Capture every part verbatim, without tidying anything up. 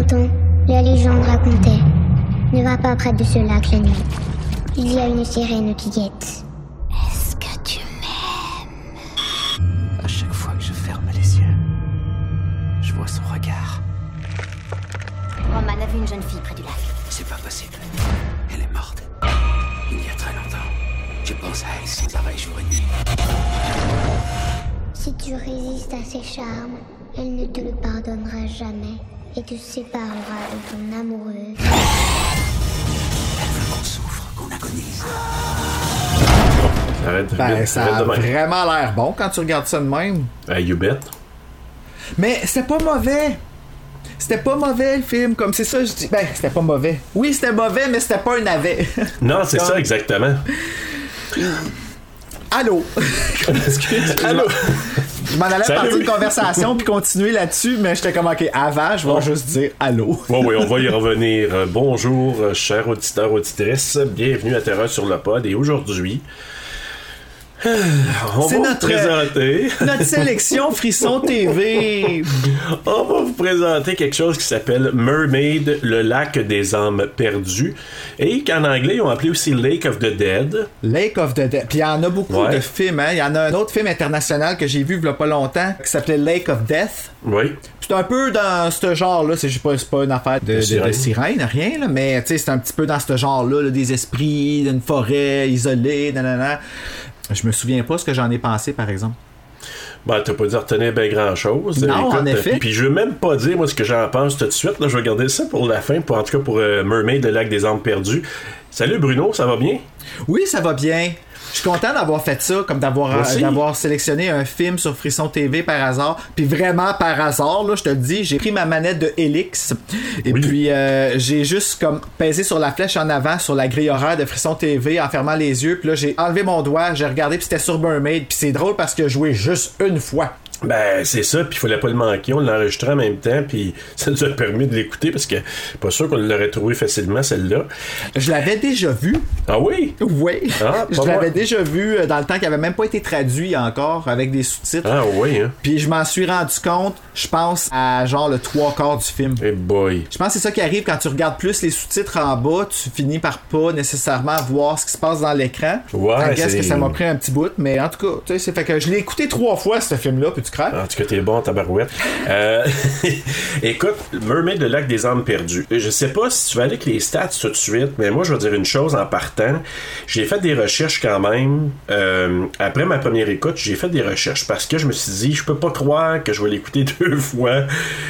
longtemps, la légende racontait: ne va pas près de ce lac la nuit. Il y a une sirène qui guette. Est-ce que tu m'aimes? À chaque fois que je ferme les yeux, je vois son regard. Roman a vu une jeune fille près du lac. C'est pas possible. Elle est morte. Il y a très longtemps. Je pense à elle sans arrêt jour et nuit. Si tu résistes à ses charmes, elle ne te le pardonnera jamais et te séparera de ton amoureuse. Elle veut qu'on souffre, qu'on agonise. Ça arrête, Ben, vite, ça arrête a de même. vraiment l'air bon quand tu regardes ça de même. Hey, you bet. Mais c'était pas mauvais. C'était pas mauvais le film, comme c'est ça je dis. Ben, c'était pas mauvais. Oui, c'était mauvais, mais c'était pas un navet. Non, c'est Comme- ça, exactement. Allô? Excuse-moi. Allô? Je m'en allais Salut. partir une conversation puis continuer là-dessus, mais j'étais comme, ok, avant, je vais Oh. juste dire allô. Oui, oui, on va y revenir. Euh, Bonjour, euh, chers auditeurs, auditrices. Bienvenue à Terreur sur le pod. Et aujourd'hui, euh, on C'est va notre- vous présenter... Notre sélection Frisson T V. On va vous présenter quelque chose qui s'appelle Mermaid, le lac des âmes perdues. Et qu'en anglais, ils ont appelé aussi Lake of the Dead. Lake of the Dead. Puis il y en a beaucoup Ouais. de films, hein. Il y en a un autre film international que j'ai vu il y a pas longtemps qui s'appelait Lake of Death. Oui. C'est un peu dans ce genre-là, c'est c'est pas, c'est pas une affaire de, De de, de sirène. sirène, rien, là, mais tu sais, c'est un petit peu dans ce genre-là, là, des esprits, d'une forêt isolée, nanana. Je me souviens pas ce que j'en ai pensé, par exemple. Ben, t'as pas dû retenir bien grand-chose. Non, en effet. Puis, puis je veux même pas dire, moi, ce que j'en pense tout de suite. Là, je vais garder ça pour la fin, pour, en tout cas pour euh, Mermaid, le lac des âmes perdues. Salut Bruno, ça va bien? Oui, ça va bien. Je suis content d'avoir fait ça, comme d'avoir, Moi aussi. d'avoir sélectionné un film sur Frisson T V par hasard. Puis vraiment par hasard, là, je te le dis, j'ai pris ma manette de Helix et Oui. puis euh, j'ai juste comme pesé sur la flèche en avant sur la grille horaire de Frisson T V en fermant les yeux. Puis là, j'ai enlevé mon doigt, j'ai regardé, puis c'était sur Mermaid. Puis c'est drôle parce que j'ai joué juste une fois. Ben, c'est ça, puis il fallait pas le manquer. On l'a enregistré en même temps, puis ça nous a permis de l'écouter parce que pas sûr qu'on l'aurait trouvé facilement, celle-là. Je l'avais déjà vu. Ah oui? Oui. Ah, je pas l'avais moi. déjà vu euh, dans le temps qu'il avait même pas été traduit encore avec des sous-titres. Ah oui, hein? Puis je m'en suis rendu compte, je pense, à genre le trois quarts du film. Hey boy. Je pense que c'est ça qui arrive quand tu regardes plus les sous-titres en bas, tu finis par pas nécessairement voir ce qui se passe dans l'écran. Ouais, I guess c'est- que ça m'a pris un petit bout, mais en tout cas, tu sais, c'est fait que je l'ai écouté trois fois ce film-là, puis tu craques. En tout cas, t'es bon, tabarouette. Euh, écoute, Mermaid, le lac des âmes perdues. Je sais pas si tu vas aller avec les stats tout de suite, mais moi, je vais dire une chose en partant. J'ai fait des recherches quand même. Euh, après ma première écoute, j'ai fait des recherches parce que je me suis dit, je peux pas croire que je vais l'écouter deux fois.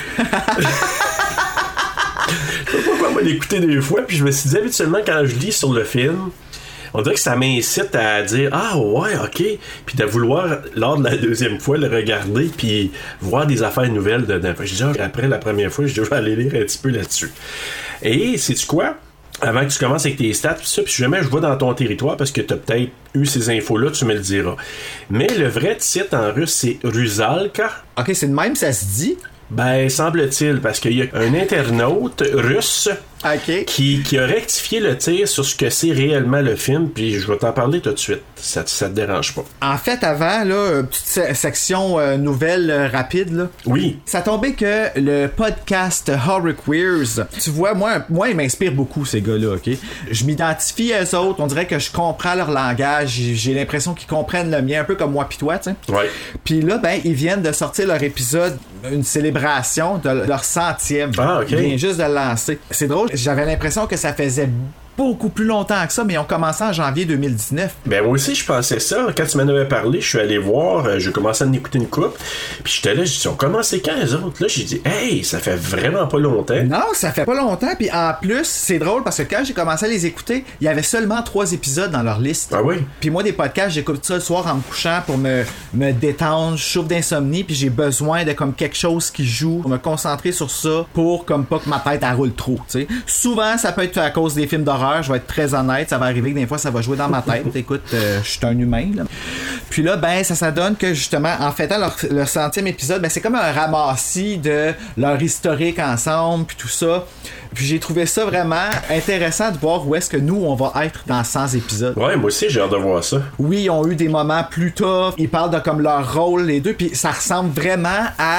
Je peux pas croire que je vais l'écouter deux fois, puis je me suis dit, habituellement, quand je lis sur le film, on dirait que ça m'incite à dire ah ouais, ok, puis de vouloir lors de la deuxième fois le regarder puis voir des affaires nouvelles dedans. Fait que je dis, ah, après la première fois, je dis, je vais aller lire un petit peu là-dessus. Et sais-tu quoi? Avant que tu commences avec tes stats, pis ça, puis si jamais je vais dans ton territoire, parce que t'as peut-être eu ces infos-là, tu me le diras. Mais le vrai titre en russe, c'est Rusalka. Ok, c'est de même, ça se dit. Ben, semble-t-il, parce qu'il y a un internaute russe Ok. qui, qui a rectifié le tir sur ce que c'est réellement le film, puis je vais t'en parler tout de suite. Ça, ça te dérange pas. En fait, avant, là, une petite se- section euh, nouvelle euh, rapide, là. Oui. Ça tombait que le podcast Horror Queers, tu vois, moi, moi ils m'inspirent beaucoup, ces gars-là, ok? Je m'identifie à eux autres, on dirait que je comprends leur langage, j'ai j'ai l'impression qu'ils comprennent le mien, un peu comme moi pis toi, tu sais. Ouais. Puis là, ben, ils viennent de sortir leur épisode, une célébration de leur centième. Ah, ok. Ils viennent juste de le lancer. C'est drôle, j'avais l'impression que ça faisait beaucoup plus longtemps que ça, mais ils ont commencé en janvier deux mille dix-neuf. Ben moi aussi je pensais ça. Quand tu m'en avais parlé, je suis allé voir, euh, j'ai commencé à en écouter une coupe, puis j'étais là, j'ai dit, on commencé quand les autres? Là, j'ai dit, hey, ça fait vraiment pas longtemps. Non, ça fait pas longtemps, puis en plus, c'est drôle parce que quand j'ai commencé à les écouter, il y avait seulement trois épisodes dans leur liste. Ah oui? Puis moi, des podcasts, j'écoute ça le soir en me couchant pour me, me détendre, je souffre d'insomnie, puis j'ai besoin de comme quelque chose qui joue, pour me concentrer sur ça, pour comme pas que ma tête elle roule trop, tu sais. Souvent, ça peut être à cause des films d'horreur, je vais être très honnête, ça va arriver que des fois, ça va jouer dans ma tête. Écoute, euh, je suis un humain, là. Puis là, ben, ça, ça donne que justement, en fêtant leur, leur centième épisode, ben, c'est comme un ramassis de leur historique ensemble, puis tout ça. Puis j'ai trouvé ça vraiment intéressant de voir où est-ce que nous, on va être dans cent épisodes. Ouais, moi aussi j'ai hâte de voir ça. Oui, ils ont eu des moments plus tough. Ils parlent de comme leur rôle, les deux. Puis ça ressemble vraiment à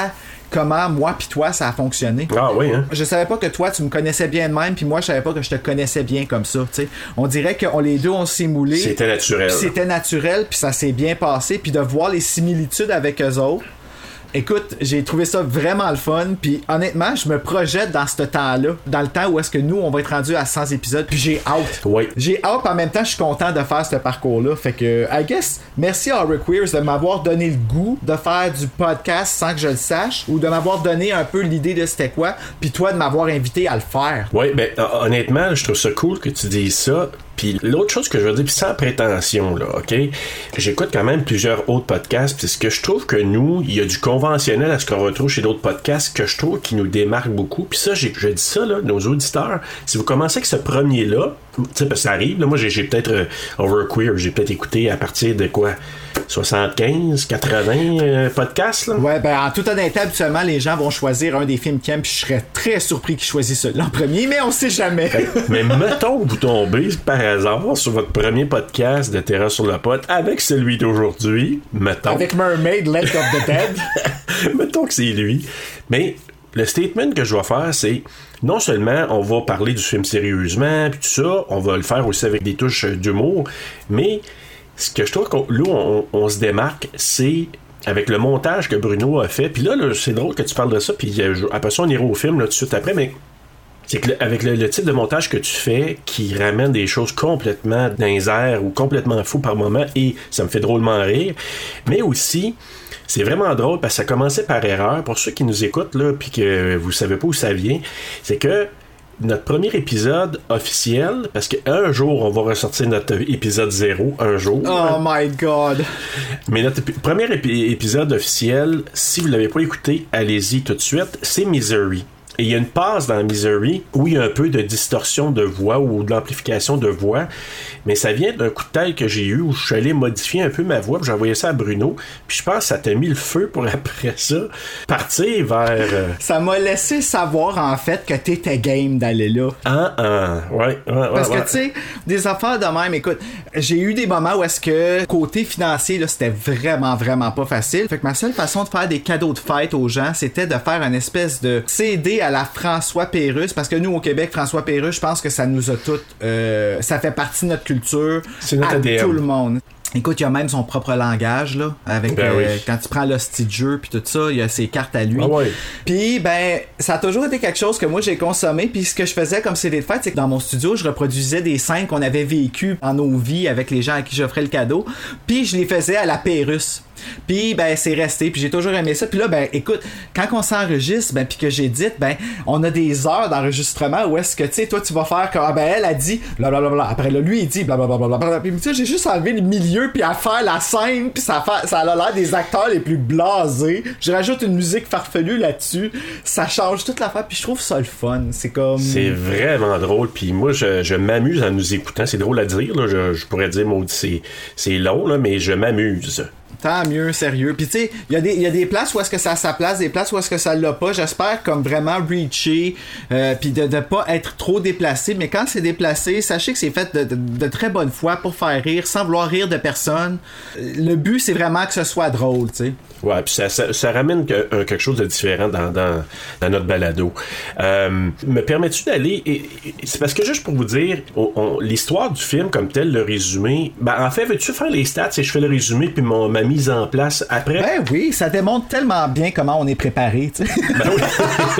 comment moi pis toi ça a fonctionné. Ah oui, hein? Je savais pas que toi tu me connaissais bien de même, puis moi je savais pas que je te connaissais bien comme ça, tu sais. On dirait que on, les deux on s'est moulés. C'était naturel. C'était naturel, puis ça s'est bien passé, puis de voir les similitudes avec eux autres. Écoute, j'ai trouvé ça vraiment le fun, puis honnêtement, je me projette dans ce temps-là, dans le temps où est-ce que nous, on va être rendu à cent épisodes, puis j'ai hâte. Oui. J'ai hâte, puis en même temps, je suis content de faire ce parcours-là. Fait que, I guess, merci à Horror Queers de m'avoir donné le goût de faire du podcast sans que je le sache, ou de m'avoir donné un peu l'idée de c'était quoi, puis toi, de m'avoir invité à le faire. Oui, ben honnêtement, je trouve ça cool que tu dises ça. Puis l'autre chose que je veux dire, puis sans prétention, là, OK? J'écoute quand même plusieurs autres podcasts, puis ce que je trouve que nous, il y a du conventionnel à ce qu'on retrouve chez d'autres podcasts que je trouve qui nous démarque beaucoup. Puis ça, j'ai, je dis ça, là, nos auditeurs, si vous commencez avec ce premier-là, tu sais, parce que ça arrive, là, moi, j'ai, j'ai peut-être euh, Over Queer, j'ai peut-être écouté à partir de quoi? soixante-quinze, quatre-vingts euh, podcasts, là? Ouais, ben en toute honnêteté, habituellement, les gens vont choisir un des films qu'ils aiment, puis je serais très surpris qu'ils choisissent celui-là en premier, mais on sait jamais. Mais mettons que vous tombez par hasard sur votre premier podcast de Terreur sur le Pod avec celui d'aujourd'hui, mettons. Avec Mermaid, Lake of the Dead. Mettons que c'est lui. Mais le statement que je vais faire, c'est non seulement on va parler du film sérieusement, puis tout ça, on va le faire aussi avec des touches d'humour, mais ce que je trouve qu'on là, on, on se démarque, c'est avec le montage que Bruno a fait. Puis là, là, c'est drôle que tu parles de ça, puis après ça, on ira au film là, tout de suite après, mais c'est que le, avec le, le type de montage que tu fais qui ramène des choses complètement dans les airs ou complètement fou par moment, et ça me fait drôlement rire, mais aussi c'est vraiment drôle parce que ça commençait par erreur. Pour ceux qui nous écoutent là puis que vous savez pas où ça vient, c'est que notre premier épisode officiel, parce qu'un jour on va ressortir notre épisode zéro, un jour. Oh my god! Mais notre épi- premier épi- épisode officiel, si vous l'avez pas écouté, allez-y tout de suite, c'est Misery. Et il y a une passe dans Misery où il y a un peu de distorsion de voix ou de l'amplification de voix, mais ça vient d'un coup de tête que j'ai eu où je suis allé modifier un peu ma voix, puis j'ai envoyé ça à Bruno, puis je pense que ça t'a mis le feu pour après ça partir vers... Euh... Ça m'a laissé savoir en fait que t'étais game d'aller là. Ah, ah, ouais, ouais, ouais. Parce ouais. que tu sais, des affaires de même, écoute, j'ai eu des moments où est-ce que côté financier, là, c'était vraiment, vraiment pas facile. Fait que ma seule façon de faire des cadeaux de fête aux gens, c'était de faire une espèce de C D à la François Pérusse, parce que nous, au Québec, François Pérusse, je pense que ça nous a toutes... Euh, ça fait partie de notre culture. C'est notre à A D N. Tout le monde. Écoute, il y a même son propre langage, là, avec ben euh, oui. quand tu prends l'hostie de jeu puis tout ça, il y a ses cartes à lui. Ah ouais. Puis ben, ça a toujours été quelque chose que moi j'ai consommé, puis ce que je faisais comme C D de fête, c'est que dans mon studio, je reproduisais des scènes qu'on avait vécues dans nos vies avec les gens à qui j'offrais le cadeau, puis je les faisais à la Pérusse. Puis ben c'est resté, puis j'ai toujours aimé ça. Puis là ben écoute, quand on s'enregistre, ben puis que j'édite, ben on a des heures d'enregistrement où est-ce que tu sais toi tu vas faire comme ah, ben elle a dit blablabla, après là lui il dit blablabla, puis tu sais j'ai juste enlevé le milieu puis à faire la scène, puis ça fait ça a l'air des acteurs les plus blasés. Je rajoute une musique farfelue là-dessus, ça change toute l'affaire, puis je trouve ça le fun. C'est comme c'est vraiment drôle, puis moi je, je m'amuse en nous écoutant. C'est drôle à dire là, je, je pourrais dire maudit c'est c'est long là, mais je m'amuse. Tant mieux, sérieux. Puis tu sais, il y a des il y a des places où est-ce que ça a sa place, des places où est-ce que ça l'a pas. J'espère comme vraiment reacher, euh, puis de de pas être trop déplacé. Mais quand c'est déplacé, sachez que c'est fait de, de, de très bonne foi pour faire rire, sans vouloir rire de personne. Le but c'est vraiment que ce soit drôle, tu sais. Ouais, puis ça, ça, ça ramène que, euh, quelque chose de différent dans, dans, dans notre balado. Euh, me permets-tu d'aller... Et, et, c'est parce que juste pour vous dire, on, on, l'histoire du film comme tel, le résumé... Ben, en fait, veux-tu faire les stats et je fais le résumé puis mon, ma mise en place après? Ben oui, ça démontre tellement bien comment on est préparé, tu sais. Ben oui.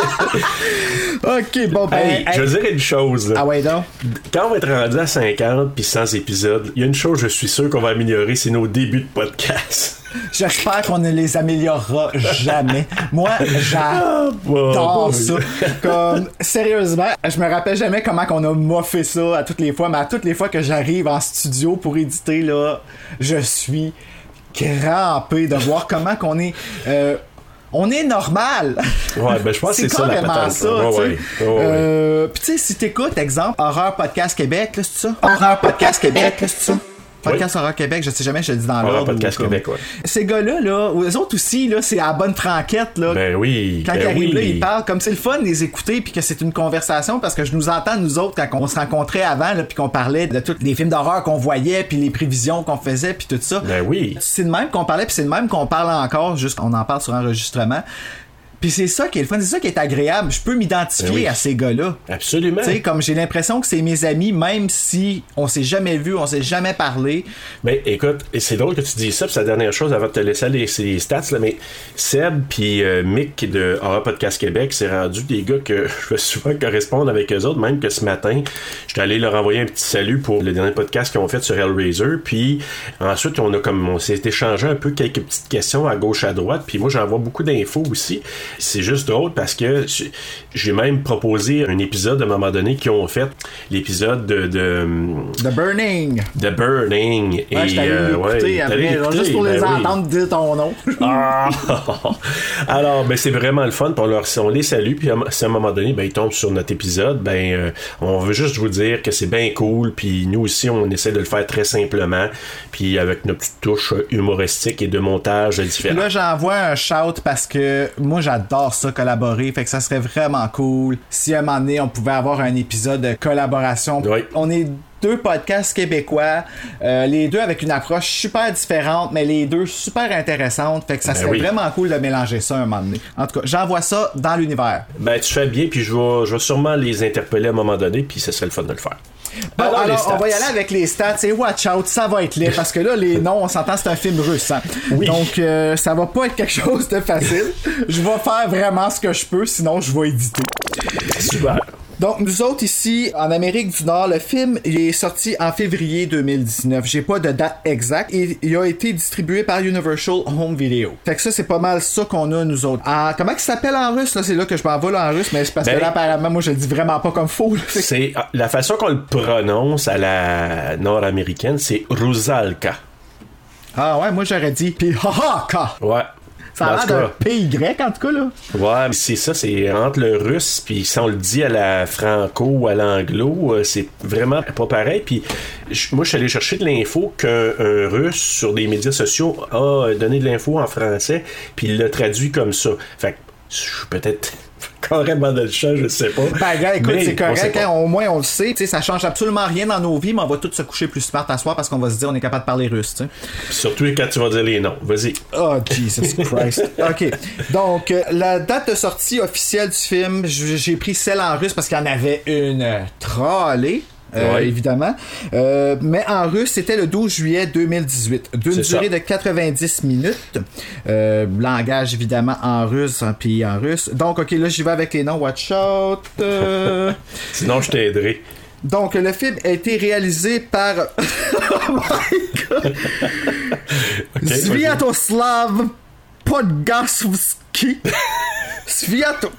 OK, bon, ben... Hey, hey. je veux dire une chose, là. Ah ouais, donc? Quand on va être rendu à cinquante puis cent épisodes, il y a une chose, je suis sûr qu'on va améliorer, c'est nos débuts de podcast. J'espère qu'on ne les améliorera jamais. Moi, j'adore oh, ça. Comme, sérieusement, je me rappelle jamais comment qu'on a moffé ça à toutes les fois, mais à toutes les fois que j'arrive en studio pour éditer, là, je suis crampé de voir comment qu'on est... Euh, on est normal. Ouais, ben je pense que c'est, c'est ça la patente. Ça, ouais, ouais. Ouais, euh, Puis tu sais, si t'écoutes, exemple, Horreur Podcast Québec, là, c'est ça? Horreur Podcast Québec, là, c'est ça? Podcast oui. Horreur Québec, je sais jamais, je le dis dans l'ordre. Horreur Podcast ou, Québec, ouais. Ces gars-là, là, eux autres aussi, là, c'est à la bonne franquette, là. Ben oui. Quand ben ils arrivent oui. là, ils parlent, comme c'est le fun de les écouter, puis que c'est une conversation, parce que je nous entends, nous autres, quand on se rencontrait avant, là, puis qu'on parlait de tous les films d'horreur qu'on voyait, puis les prévisions qu'on faisait, puis tout ça. Ben oui. C'est de même qu'on parlait, puis c'est de même qu'on parle encore, juste qu'on en parle sur enregistrement. Puis c'est ça qui est le fun, c'est ça qui est agréable. Je peux m'identifier ben oui. à ces gars-là. Absolument. Tu sais, comme j'ai l'impression que c'est mes amis, même si on s'est jamais vu, on s'est jamais parlé. Ben, écoute, et c'est drôle que tu dis ça, puis c'est la dernière chose avant de te laisser aller les stats, là, mais Seb puis euh, Mick de Horror Podcast Québec, c'est rendu des gars que je veux souvent correspondre avec eux autres, même que ce matin, j'étais allé leur envoyer un petit salut pour le dernier podcast qu'ils ont fait sur Hellraiser, puis ensuite, on a comme, on s'est échangé un peu quelques petites questions à gauche, à droite, puis moi, j'envoie beaucoup d'infos aussi. C'est juste drôle parce que j'ai même proposé un épisode à un moment donné qui ont fait l'épisode de, de The Burning. The Burning. Ouais, et je t'allais euh, l'écouter ouais, après, l'écouter, juste pour ben les oui. entendre dire ton nom. Ah! Alors, ben c'est vraiment le fun. Puis on, leur, on les salue. Puis si à un moment donné, ben ils tombent sur notre épisode, ben euh, on veut juste vous dire que c'est bien cool. Puis nous aussi, on essaie de le faire très simplement. Puis avec notre petite touche humoristique et de montage différent. Là, j'envoie un shout parce que moi, j'adore ça, collaborer. Fait que ça serait vraiment cool si à un moment donné, on pouvait avoir un épisode de collaboration. Oui. On est deux podcasts québécois, euh, les deux avec une approche super différente, mais les deux super intéressantes. Fait que ça Ben serait oui. vraiment cool de mélanger ça un moment donné. En tout cas, j'envoie ça dans l'univers. Ben tu fais bien. Puis je vais, je vais sûrement les interpeller à un moment donné. Puis ce serait le fun de le faire. Bon, Alors, les alors, stats. on va y aller avec les stats. Et watch out, ça va être laid. Parce que là, les noms, on s'entend, c'est un film russe. Hein? Oui. Donc, euh, ça va pas être quelque chose de facile. Je vais faire vraiment ce que je peux, sinon je vais éditer. Super. Donc, nous autres ici, en Amérique du Nord, le film il est sorti en février deux mille dix-neuf. J'ai pas de date exacte. Et il a été distribué par Universal Home Video. Fait que ça, c'est pas mal ça qu'on a, nous autres. Ah, comment il s'appelle en russe? Là, c'est là que je m'en vais là, en russe, mais c'est parce Ben, que là, apparemment, moi, je le dis vraiment pas comme faux. Là. Fait que- C'est la façon qu'on le prononce à la nord-américaine, c'est Rusalka. Ah ouais, moi, j'aurais dit pis ha ha ka. Ouais. Ça a En l'air tout d'un cas, P Y, en tout cas, là. ouais, mais c'est ça, c'est entre le russe, puis si on le dit à la franco ou à l'anglo, euh, c'est vraiment pas pareil. Puis je- moi, je suis allé chercher de l'info qu'un un russe sur des médias sociaux a donné de l'info en français, puis il l'a traduit comme ça. Fait que je suis peut-être carrément dans le champ, je sais pas. Ben, gars, écoute, Mais c'est on sait correct, pas. hein, au moins on le sait, tu sais, ça change absolument rien dans nos vies, mais on va tous se coucher plus smart à soir parce qu'on va se dire on est capable de parler russe, tu sais. Surtout quand tu vas dire les noms. Vas-y. Oh, Jesus Christ. OK. Donc, euh, la date de sortie officielle du film, j- j'ai pris celle en russe parce qu'il y en avait une euh, trollée. Euh, Ouais. évidemment. Euh, mais en russe, c'était le douze juillet deux mille dix-huit. D'une C'est durée ça. de quatre-vingt-dix minutes. Euh, langage, évidemment, en russe, hein, puis en russe. Donc, OK, là, j'y vais avec les noms. Watch out. Euh... Sinon, je t'aiderai. Donc, le film a été réalisé par... oh my God! Ok, Sviatoslav Podgasovski. Sviato...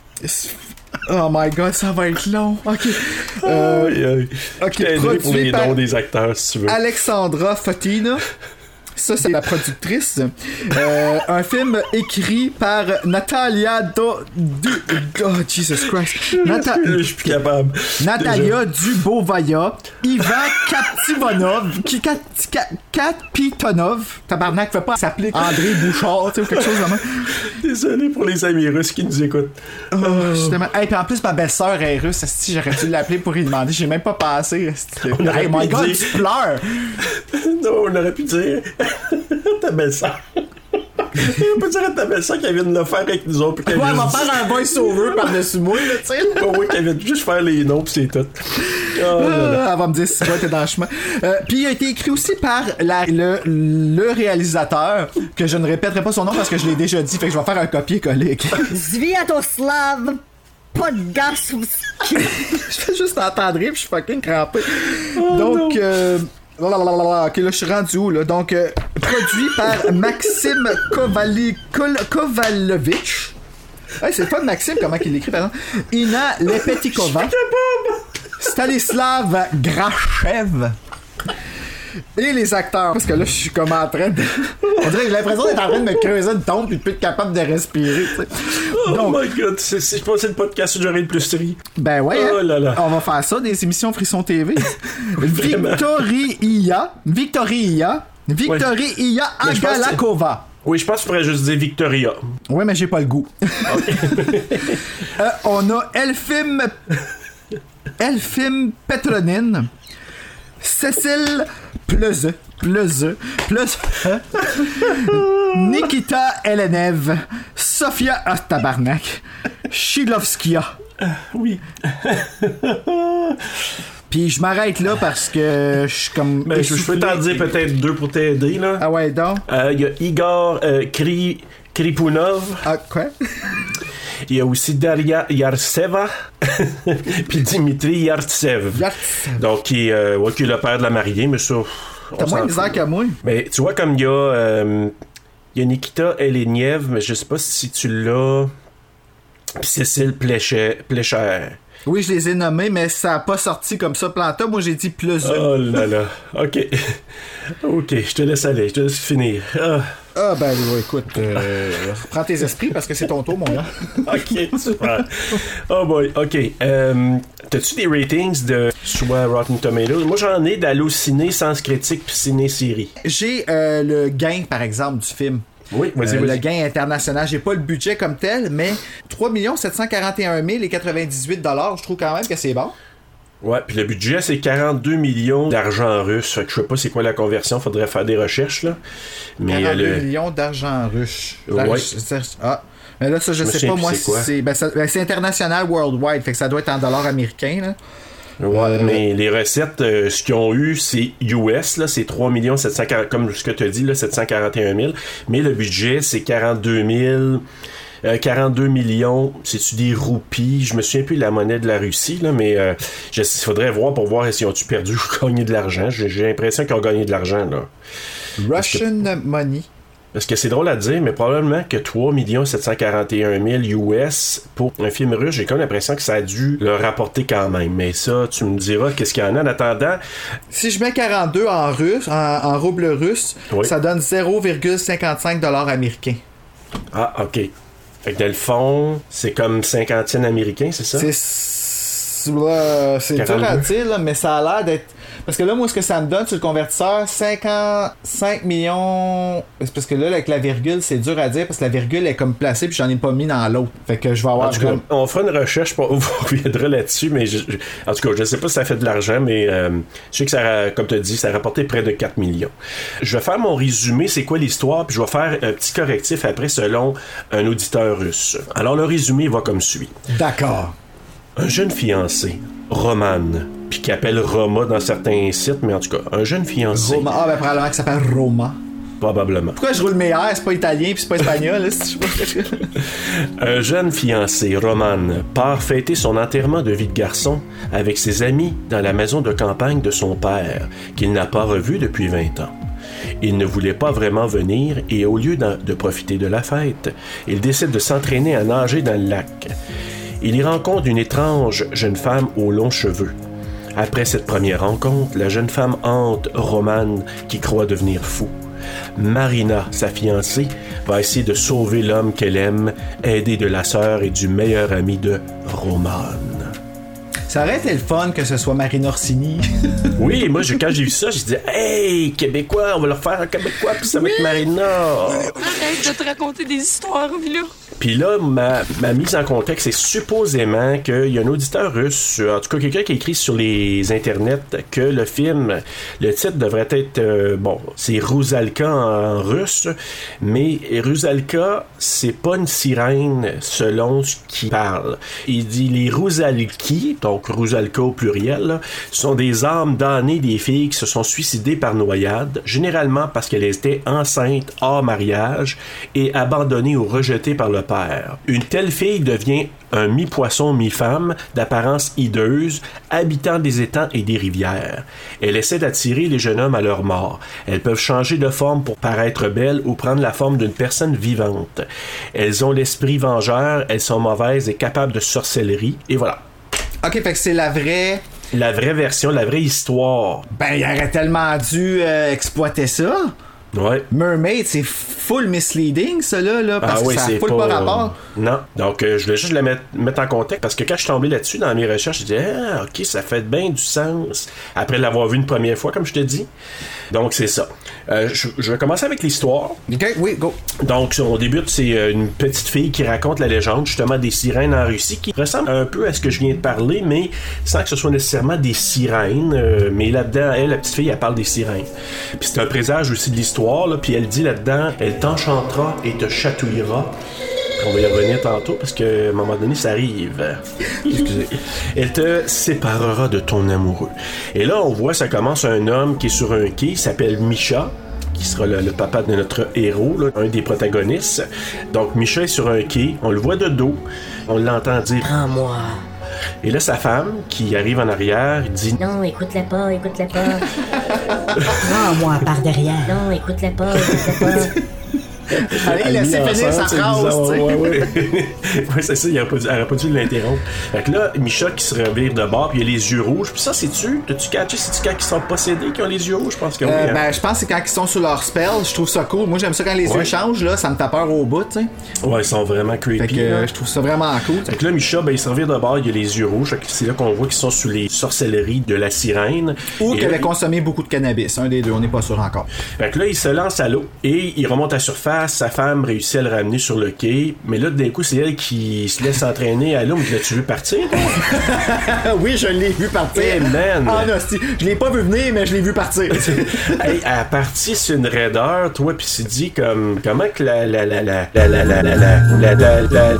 Oh my God, ça va être long. OK. Euh, Aïe, aïe. ok, Je t'aiderai pour produit les par- noms des acteurs, si tu veux. Alexandra Fotina. Ça, c'est la productrice. Euh, un film écrit par Natalia Do... Du... Oh, Jesus Christ. Nata- Je suis plus capable. Natalia Dubovaya, Ivan Kapitonov, qui Kat- Kat- Kapitonov, tabarnak, fait pas s'appeler André Bouchard, tu sais, ou quelque chose comme ça. Désolé pour les amis russes qui nous écoutent. Oh, justement. Hey, puis en plus, ma belle-sœur est russe, asti, j'aurais dû l'appeler pour lui demander, j'ai même pas pensé. asti. On aurait Hey, my pu God, dire- tu pleures. Non, on aurait pu dire ta belle-sœur. On peut dire à ta belle-sœur qu'elle vient de le faire avec nous autres. Puis qu'elle Ouais, elle vient va juste- faire un voice-over par-dessus moi, là, tu sais. là. Oh, oui, qu'elle vient juste faire les noms, puis c'est tout. Oh, là, là. Euh, elle va me dire si t'es dans le chemin. Euh, Puis il a été écrit aussi par la, le, le réalisateur, que je ne répéterai pas son nom parce que je l'ai déjà dit, fait que je vais faire un copier-coller. Sviatoslav Podgasovski. Je fais juste entendre rire, puis je suis fucking crampé. Donc, euh, lalalala, ok, là, je suis rendu où, là? Donc, euh, produit par Maxime Kovali, Kol- Kovalovich. Hey, c'est pas de Maxime, comment il l'écrit, par exemple. Ina Lepetikova. Stanislav Grachev. Et les acteurs, parce que là, je suis comme en train de... On dirait que j'ai l'impression d'être en train de me creuser une tombe et de plus être capable de respirer, tu sais. Oh Donc, my God, c'est, c'est, je pense que c'est le podcast où j'aurais le plus ri. ben ouais, Oh hein. là là. On va faire ça, des émissions Frisson T V. Vraiment. Victoria, Victoria, Victoria Mais je pense que- Agalakova. Oui, je pense qu'il faudrait juste dire Victoria. Ouais, mais j'ai pas le goût. Euh, on a Elfim... Elfim Petronine. Cécile Pleuze. Pleuze. Pleuze. Nikita Elenev. Sofia, ah, tabarnak. Chilovskia. Oui. Puis je m'arrête là parce que je suis comme. Ben, je, je peux t'en dire peut-être deux pour t'aider, là. Ah ouais, donc. Il euh, y a Igor euh, Kri... Kripunov. Ah, quoi? Il y a aussi Daria Yartseva. Puis Dimitri Yartsev. Yartsev. Donc, qui, euh, ouais, qui est le père de la mariée, mais ça. T'as moins de misère que moi. Mais tu vois, comme il y a. Euh, il y a Nikita Eleniev, mais je sais pas si tu l'as. Puis Cécile Plécher. Oui, je les ai nommés, mais ça n'a pas sorti comme ça. Planta, moi j'ai dit plus une. Oh là là. OK. OK, je te laisse aller, je te laisse finir. Ah, ah ben oui, écoute, euh, reprends tes esprits parce que c'est ton tour, mon gars. OK, super. Oh boy, OK. Euh, t'as-tu des ratings de soit Rotten Tomatoes? Moi, j'en ai d'Allociné, Sens Critique puis Ciné-Série. J'ai euh, le gain, par exemple, du film. Oui, vas-y, euh, vas-y. Le gain international. J'ai pas le budget comme tel, mais trois millions sept cent quarante et un mille quatre-vingt-dix-huit dollars, je trouve quand même que c'est bon. Ouais, puis le budget, c'est quarante-deux millions d'argent russe. Fait que je sais pas c'est quoi la conversion, faudrait faire des recherches, là. Mais quarante-deux euh, le... millions d'argent russe. Ouais. Ah. Mais là, ça, je, Je me sais souviens pas, plus moi, c'est si quoi. c'est... Ben, ça, ben, c'est international worldwide, fait que ça doit être en dollars américains, là. Ouais, Euh, mais les recettes, euh, ce qu'ils ont eu, c'est U S, là, c'est trois millions sept cent quarante, comme ce que tu as dit, là, sept cent quarante et un mille. Mais le budget, c'est quarante-deux mille, euh, quarante-deux millions, c'est-tu des roupies? Je me souviens plus de la monnaie de la Russie, là, mais euh, il faudrait voir pour voir s'ils ont-tu perdu ou gagné de l'argent. J'ai, j'ai l'impression qu'ils ont gagné de l'argent, là. Russian que... money. Parce que c'est drôle à dire, mais probablement que trois millions sept cent quarante et un mille U S pour un film russe, j'ai comme l'impression que ça a dû le rapporter quand même. Mais ça, tu me diras qu'est-ce qu'il y en a en attendant. Si je mets quarante-deux en russe, en, en rouble russe, oui. Ça donne zéro virgule cinquante-cinq dollars américains. Ah, OK. Fait que dans le fond, c'est comme cinquantaine américain, c'est ça? C'est, euh, c'est dur à dire, là, mais ça a l'air d'être... Parce que là, moi, ce que ça me donne sur le convertisseur, cinquante-cinq millions... C'est parce que là, avec la virgule, c'est dur à dire, parce que la virgule est comme placée, puis j'en ai pas mis dans l'autre. Fait que je vais avoir... En tout cas, on fera une recherche, pour... on reviendra là-dessus, mais je... en tout cas, je sais pas si ça fait de l'argent, mais euh, je sais que ça, comme tu as dit, ça a rapporté près de quatre millions. Je vais faire mon résumé, c'est quoi l'histoire, puis je vais faire un petit correctif après selon un auditeur russe. Alors, le résumé va comme suit. D'accord. Un jeune fiancé, Roman, puis qui appelle Roma dans certains sites, mais en tout cas, un jeune fiancé. Roma. Ah, ben probablement que ça s'appelle Roma. Probablement. Pourquoi je roule mes airs? C'est pas italien puis c'est pas espagnol. Là, si je... Un jeune fiancé, Roman, part fêter son enterrement de vie de garçon avec ses amis dans la maison de campagne de son père, qu'il n'a pas revu depuis vingt ans. Il ne voulait pas vraiment venir et au lieu de profiter de la fête, il décide de s'entraîner à nager dans le lac. Il y rencontre une étrange jeune femme aux longs cheveux. Après cette première rencontre, la jeune femme hante Roman qui croit devenir fou. Marina, sa fiancée, va essayer de sauver l'homme qu'elle aime, aidée de la sœur et du meilleur ami de Roman. Ça aurait été le fun que ce soit Marina Orsini. Oui, moi, je, quand j'ai vu ça, j'ai dit « Hey, Québécois, on va leur faire un Québécois, puis ça va être Marina! » Arrête de te raconter des histoires, Mila. Puis là, ma, ma mise en contexte, c'est supposément qu'il y a un auditeur russe, en tout cas quelqu'un qui a écrit sur les internets que le film, le titre devrait être, euh, bon, c'est Rusalka en, en russe, mais Rusalka, c'est pas une sirène selon ce qu'il parle. Il dit les Rusalki, donc Rusalka au pluriel, là, sont des âmes damnées des filles qui se sont suicidées par noyade, généralement parce qu'elles étaient enceintes hors mariage et abandonnées ou rejetées par le père. Une telle fille devient un mi-poisson, mi-femme, d'apparence hideuse, habitant des étangs et des rivières. Elle essaie d'attirer les jeunes hommes à leur mort. Elles peuvent changer de forme pour paraître belles ou prendre la forme d'une personne vivante. Elles ont l'esprit vengeur, elles sont mauvaises et capables de sorcellerie, et voilà. Ok, fait que c'est la vraie... La vraie version, la vraie histoire. Ben, il aurait tellement dû euh, exploiter ça. Ouais. Mermaid, c'est full misleading, ça là, là parce ah oui, que ça c'est a full pas... pas rapport. Non. Donc, euh, je voulais juste la mettre, mettre en contexte parce que quand je suis tombé là-dessus dans mes recherches, je disais, ah, ok, ça fait bien du sens. Après l'avoir vu une première fois, comme je te dis. Donc, c'est ça. Euh, je, je vais commencer avec l'histoire. Ok, oui, go. Donc, on débute, c'est une petite fille qui raconte la légende, justement, des sirènes en Russie, qui ressemble un peu à ce que je viens de parler, mais sans que ce soit nécessairement des sirènes. Euh, mais là-dedans, elle, la petite fille, elle parle des sirènes. Puis c'est un présage aussi de l'histoire, là, puis elle dit là-dedans, elle t'enchantera et te chatouillera. On va y revenir tantôt parce qu'à un moment donné, ça arrive. Excusez. Elle te séparera de ton amoureux. Et là, on voit, ça commence un homme qui est sur un quai, il s'appelle Misha, qui sera le, le papa de notre héros, là, un des protagonistes. Donc, Misha est sur un quai, on le voit de dos, on l'entend dire « Prends-moi ». Et là, sa femme, qui arrive en arrière, dit « Non, écoute-la pas, écoute-la pas. Prends-moi par derrière. Non, écoute-la pas, écoute-la pas. » Allez, laissez finir sa phrase, tu sais. Ouais, ouais. Ouais, c'est ça, il aurait pas dû, aurait pas dû l'interrompre. Fait que là, Misha qui se revire de bord, puis il a les yeux rouges. Puis ça, c'est-tu? T'as-tu catché? C'est-tu quand ils sont possédés qui ont les yeux rouges? Je pense que oui. Euh, hein? Ben, je pense que c'est quand ils sont sur leur spell. Je trouve ça cool. Moi, j'aime ça quand les ouais. yeux changent, là. Ça me fait peur au bout, tu sais. Ouais, ils sont vraiment creepy. Fait que euh, je trouve ça vraiment cool. Fait que là, Misha, ben, il se revire de bord, il a les yeux rouges. Fait que c'est là qu'on voit qu'ils sont sous les sorcelleries de la sirène. Ou qu'il avait il... consommé beaucoup de cannabis. Un des deux, on n'est pas sûr encore. Fait que là, il se lance à l'eau et il remonte à surface. Sa femme réussit à le ramener sur le quai. Mais là, d'un coup, c'est elle qui se laisse entraîner à l'eau. Mais l'as-tu vu partir? Oui, je l'ai vu partir. Hey, man! Ah, non, c'est... je l'ai pas vu venir, mais je l'ai vu partir. Hey, elle a parti sur une raideur, toi, pis c'est dit comme comment que la la la la la la la la la la la la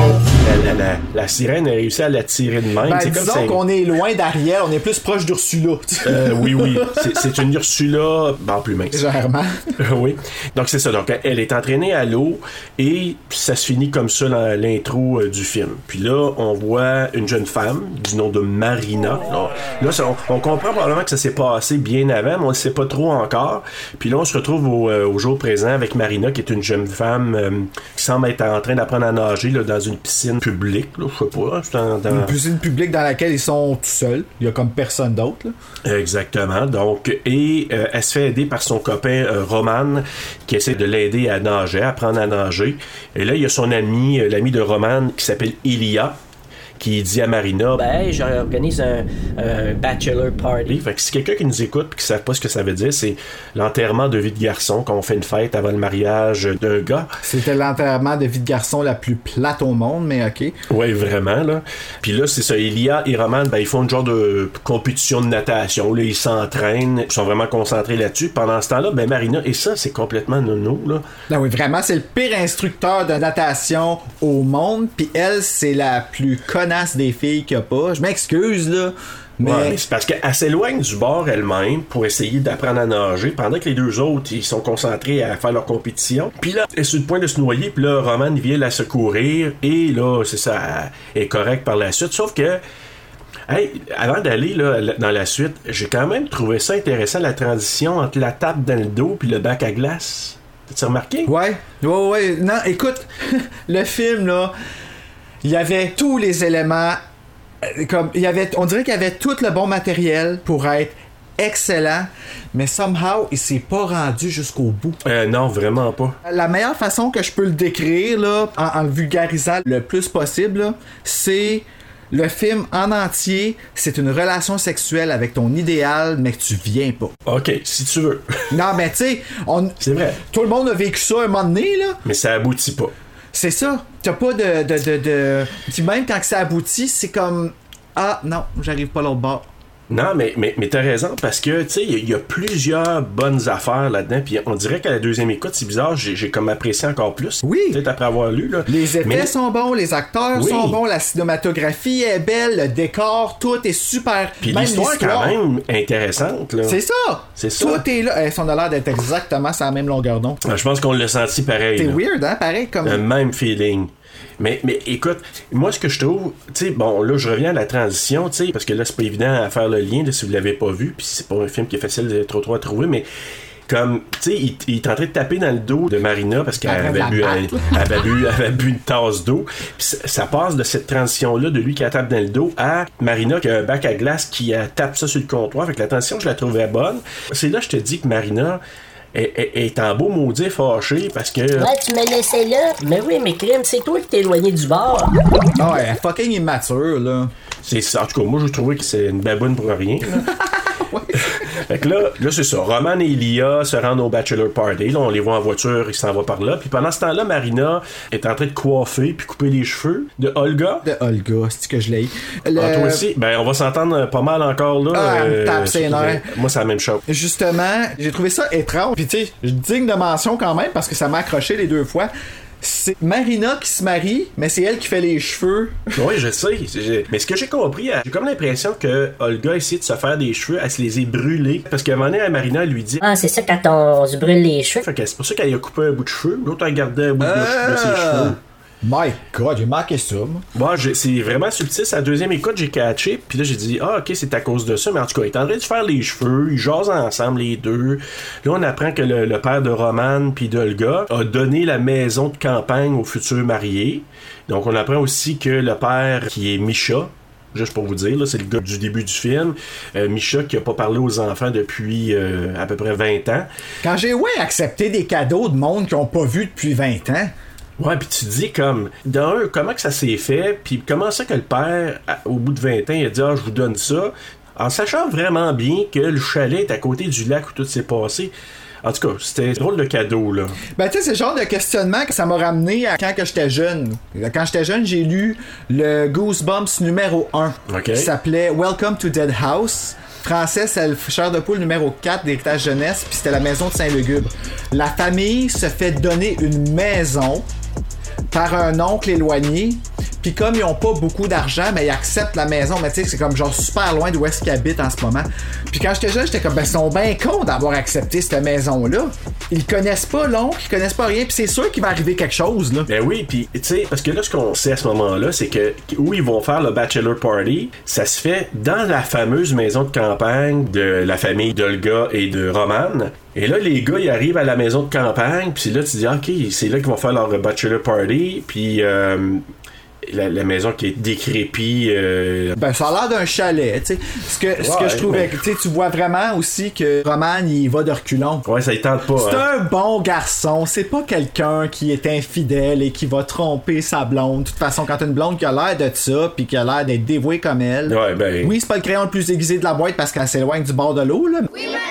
la la sirène a réussi à la tirer de même. Ben, c'est disons comme qu'on est loin d'Ariel, on est plus proche d'Ursula. Euh, oui, oui. C'est, c'est une Ursula, ben, plus mince. Légèrement. Oui. Donc, c'est ça. Donc, elle est entraînée à l'eau et ça se finit comme ça dans l'intro euh, du film. Puis là, on voit une jeune femme du nom de Marina. Alors, là, ça, on, on comprend probablement que ça s'est passé bien avant, mais on ne sait pas trop encore. Puis là, on se retrouve au, euh, au jour présent avec Marina, qui est une jeune femme euh, qui semble être en train d'apprendre à nager là, dans une piscine publique. Là, je sais pas. Hein, dans, dans... Une piscine publique dans laquelle ils sont tout seuls. Il y a comme personne d'autre. Là. Exactement. Donc, et euh, elle se fait aider par son copain euh, Roman, qui essaie de l'aider à nager, à apprendre à nager. Et là, il y a son ami, euh, l'ami de Roman, qui s'appelle Ilia, qui dit à Marina, ben, j'organise un, un bachelor party. Fait que si quelqu'un qui nous écoute et qui ne savent pas ce que ça veut dire, c'est l'enterrement de vie de garçon, quand on fait une fête avant le mariage d'un gars. C'était l'enterrement de vie de garçon la plus plate au monde, mais ok. Oui, vraiment, là. Puis là, c'est ça, Ilia et Roman, ben, ils font une genre de compétition de natation, là, ils s'entraînent, ils sont vraiment concentrés là-dessus. Pendant ce temps-là, ben, Marina, et ça, c'est complètement nono, là. Non, oui, vraiment, c'est le pire instructeur de natation au monde, puis elle, c'est la plus connasse des filles qu'il n'y a pas. Je m'excuse, là. Mais... Ouais, mais c'est parce qu'elle s'éloigne du bord elle-même pour essayer d'apprendre à nager pendant que les deux autres ils sont concentrés à faire leur compétition. Puis là, elle est sur le point de se noyer, puis là, Roman vient la secourir et là, c'est ça, elle est correcte par la suite. Sauf que, hey, avant d'aller là, dans la suite, j'ai quand même trouvé ça intéressant, la transition entre la tape dans le dos puis le bac à glace. T'as-tu remarqué? Ouais, ouais, ouais. Non, écoute, le film, là, il y avait tous les éléments. Comme, il y avait, on dirait qu'il y avait tout le bon matériel pour être excellent, mais somehow, il s'est pas rendu jusqu'au bout. Euh, non, vraiment pas. La meilleure façon que je peux le décrire, là, en, en le vulgarisant le plus possible, là, c'est le film en entier, c'est une relation sexuelle avec ton idéal, mais que tu viens pas. OK, si tu veux. Non, mais tu sais, on... c'est vrai. Tout le monde a vécu ça un moment donné, là. Mais ça aboutit pas. C'est ça. T'as pas de... de, de, de... Puis même quand ça aboutit, c'est comme... Ah, non, j'arrive pas à l'autre bord. Non, mais, mais, mais t'as raison, parce que, tu sais, il y, y a plusieurs bonnes affaires là-dedans, puis on dirait qu'à la deuxième écoute, c'est bizarre, j'ai, j'ai comme apprécié encore plus. Oui. Peut-être après avoir lu, là. Les effets mais... sont bons, les acteurs oui. sont bons, la cinématographie est belle, le décor, tout est super. Puis même l'histoire, l'histoire, quand même intéressante, là. C'est ça. C'est ça. Tout est là. Elles sont de l'air d'être exactement sur la même longueur d'onde. Ah, je pense qu'on l'a senti pareil. C'est là. weird, hein, pareil, comme... Le même feeling. Mais, mais écoute, moi ce que je trouve, tu sais, bon, là je reviens à la transition, tu sais, parce que là c'est pas évident à faire le lien, là, si vous l'avez pas vu, puis c'est pas un film qui est facile de trop trop à trouver, mais comme, tu sais, il, il est en train de taper dans le dos de Marina parce qu'elle avait bu, elle, elle avait bu, elle avait bu une tasse d'eau, puis ça, ça passe de cette transition-là, de lui qui la tape dans le dos, à Marina qui a un bac à glace qui a, tape ça sur le comptoir, fait que la transition, je la trouvais bonne. C'est là que je te dis que Marina... Elle, elle, elle est en beau maudit fâché parce que... Ouais, tu me laissais là. Mais oui, mais crime, c'est toi qui t'es éloigné du bord. Ah ouais, elle est fucking immature, là. C'est ça. En tout cas, moi, je trouvais que c'est une baboune pour rien. Ouais. Fait que là, là, c'est ça. Roman et Ilia se rendent au bachelor party. Là, on les voit en voiture, ils s'en vont par là. Puis pendant ce temps-là, Marina est en train de coiffer puis couper les cheveux de Olga. De Olga, c'est que je l'ai. Le... Ah, toi aussi? Ben, on va s'entendre pas mal encore, là. Ah, euh, tape ses nerfs. Moi, c'est la même chose. Justement, j'ai trouvé ça étrange. Puis tu sais, digne de mention quand même, parce que ça m'a accroché les deux fois. c'est Marina qui se marie, mais c'est elle qui fait les cheveux. Oui, je sais. J'ai... Mais ce que j'ai compris, j'ai comme l'impression que Olga a essayé de se faire des cheveux, elle se les a brûlés. Parce qu'à un moment donné, Marina lui dit... Ah, c'est ça quand on se brûle les cheveux. Fait que c'est pour ça qu'elle a coupé un bout de cheveux, l'autre a gardé un bout euh... de, de ses cheveux. My God, j'ai manqué ça, moi. Bon, j'ai, c'est vraiment subtil. C'est la deuxième écoute, j'ai catché. Puis là, j'ai dit, ah, ok, c'est à cause de ça. Mais en tout cas, ils étaient en train de faire les cheveux. Ils jasent ensemble, les deux. Là, on apprend que le, le père de Roman puis d'Olga a donné la maison de campagne aux futurs mariés. Donc, on apprend aussi que le père, qui est Misha, juste pour vous dire, là, c'est le gars du début du film, euh, Misha, qui a pas parlé aux enfants depuis euh, à peu près vingt ans. Quand j'ai, ouais, accepté des cadeaux de monde qu'ils ont pas vu depuis vingt ans... Ouais, puis tu te dis comme, d'un, comment que ça s'est fait, puis comment ça que le père, à, au bout de vingt ans, il a dit, ah, je vous donne ça, en sachant vraiment bien que le chalet est à côté du lac où tout s'est passé. En tout cas, c'était un drôle de cadeau, là. Ben, tu sais, c'est le genre de questionnement que ça m'a ramené à quand que j'étais jeune. Quand j'étais jeune, j'ai lu le Goosebumps numéro un, okay. qui s'appelait Welcome to Dead House. Français, c'est le Chair de poule numéro quatre d'Héritage Jeunesse, puis c'était la maison de Saint-Lugubre. La famille se fait donner une maison par un oncle éloigné, puis comme ils ont pas beaucoup d'argent, mais ils acceptent la maison, mais tu sais, c'est comme genre super loin d'où est-ce qu'ils habitent en ce moment. Puis quand j'étais jeune, j'étais comme, ben ils sont bien cons d'avoir accepté cette maison-là. Ils connaissent pas l'oncle, ils connaissent pas rien, puis c'est sûr qu'il va arriver quelque chose, là. Ben oui, puis tu sais, parce que là, ce qu'on sait à ce moment-là, c'est que où ils vont faire le bachelor party, ça se fait dans la fameuse maison de campagne de la famille d'Olga et de Roman. Et là, les gars, ils arrivent à la maison de campagne, puis là, tu te dis, ok, c'est là qu'ils vont faire leur bachelor party, puis euh, la, la maison qui est décrépie. Euh... Ben, ça a l'air d'un chalet, tu sais. Ce que, ouais, ce que je trouvais, mais... tu sais, tu vois vraiment aussi que Roman, il va de reculons. Ouais, ça y tente pas. C'est hein. un bon garçon, c'est pas quelqu'un qui est infidèle et qui va tromper sa blonde. De toute façon, quand t'as une blonde qui a l'air de ça, puis qui a l'air d'être dévouée comme elle. Ouais, ben. Oui, c'est pas le crayon le plus aiguisé de la boîte parce qu'elle s'éloigne du bord de l'eau, là. Oui, mais...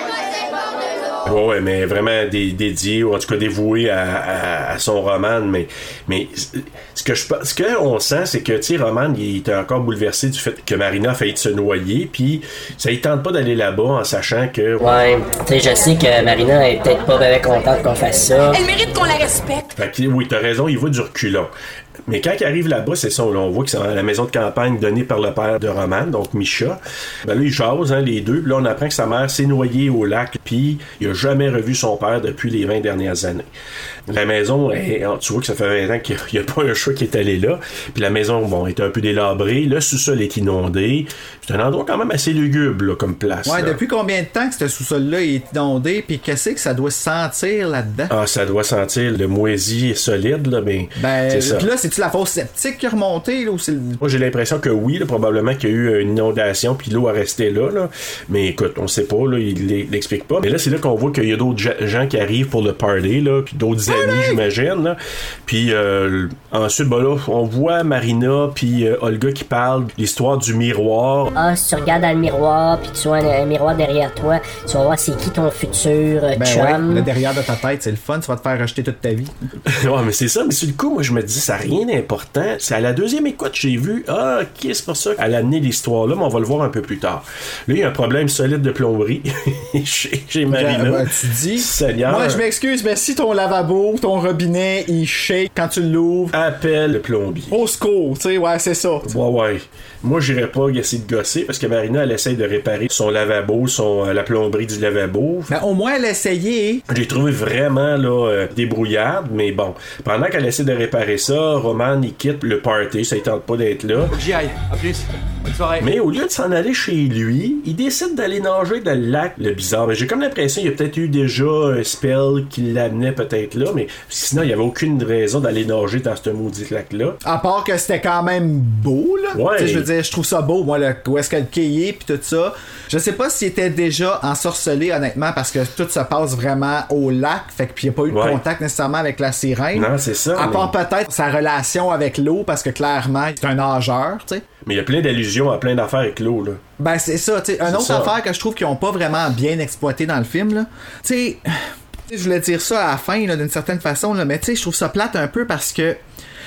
Ouais, ouais, mais vraiment dé- dédié, ou en tout cas dévoué à, à, à son Roman. Mais, mais ce que je ce qu'on sent, c'est que, tu sais, Roman, il était encore bouleversé du fait que Marina a failli se noyer, puis ça ne tente pas d'aller là-bas en sachant que... Ouais, tu sais, je sais que Marina est peut-être pas bien contente qu'on fasse ça. Elle mérite qu'on la respecte. Fait que, oui, t'as raison, il va du reculon. Mais quand il arrive là-bas, c'est ça, là, on voit que c'est la maison de campagne donnée par le père de Roman, donc Misha. Ben là, ils jasent, hein, les deux. Puis là, on apprend que sa mère s'est noyée au lac, puis il a jamais revu son père depuis les vingt dernières années. La maison, est, tu vois que ça fait vingt ans qu'il n'y a, a pas un chat qui est allé là. Puis la maison, bon, est un peu délabrée. Le sous-sol est inondé. C'est un endroit quand même assez lugubre, là, comme place. Ouais, là. depuis combien de temps que ce sous-sol-là est inondé? Puis qu'est-ce que ça doit sentir là-dedans? Ah, ça doit sentir le moisi solide, là, mais... Ben, c'est ça. Puis là, c'est-tu la fosse septique qui est remontée, là, ou c'est... Moi, j'ai l'impression que oui, là, probablement qu'il y a eu une inondation, puis l'eau a resté là, là. Mais écoute, on sait pas, là, il l'explique pas. Mais là, c'est là qu'on voit qu'il y a d'autres gens qui arrivent pour le party, là, puis d'autres ah, amis, oui. j'imagine, là. Puis euh, ensuite, ben là, on voit Marina puis euh, Olga qui parlent de l'histoire du miroir. Ah, si tu regardes dans le miroir, puis tu vois un, un miroir derrière toi, tu vas voir c'est qui ton futur euh, ben chum. Ouais, le derrière de ta tête, c'est le fun, ça va te faire rejeter toute ta vie. Ouais, mais c'est ça. Mais sur le coup, moi, je me dis, ça n'a rien d'important. C'est à la deuxième écoute, j'ai vu, ah, ok, c'est pour ça qu'elle a amené l'histoire là, mais on va le voir un peu plus tard. Là, il y a un problème solide de plomberie chez, chez Marina. Ben, ben, tu dis, Seigneur. Moi, je m'excuse, mais si ton lavabo, ton robinet, il shake quand tu l'ouvres, appelle le plombier. Au secours, tu sais, ouais, c'est ça. Ouais, ouais. Moi, j'irais pas essayer de gosser parce que Marina, elle essaye de réparer son lavabo, son, euh, la plomberie du lavabo. Ben, au moins, elle a essayé. J'ai trouvé vraiment, là, euh, débrouillarde, mais bon. Pendant qu'elle essaie de réparer ça, Roman, il quitte le party, ça ne tente pas d'être là. Faut que j'y aille. À plus. Bonne soirée. Mais au lieu de s'en aller chez lui, il décide d'aller nager dans le lac. Le bizarre, mais j'ai comme l'impression qu'il y a peut-être eu déjà un spell qui l'amenait peut-être là, mais sinon, il n'y avait aucune raison d'aller nager dans ce maudit lac-là. À part que c'était quand même beau, là. Ouais. Tu sais, je veux dire, je trouve ça beau, moi, le, où est-ce que le quai est, pis tout ça. Je sais pas s'il était déjà ensorcelé, honnêtement, parce que tout se passe vraiment au lac, fait que puis il n'y a pas eu de ouais. contact nécessairement avec la sirène. Non, c'est ça. À mais... part peut-être sa relation avec l'eau, parce que clairement, c'est un nageur, tu sais. Mais il y a plein d'allusions à plein d'affaires avec l'eau, là. Ben, c'est ça, tu sais. Une autre ça. affaire que je trouve qu'ils ont pas vraiment bien exploité dans le film, là. Tu sais, je voulais dire ça à la fin, là, d'une certaine façon, là, mais tu sais, je trouve ça plate un peu parce que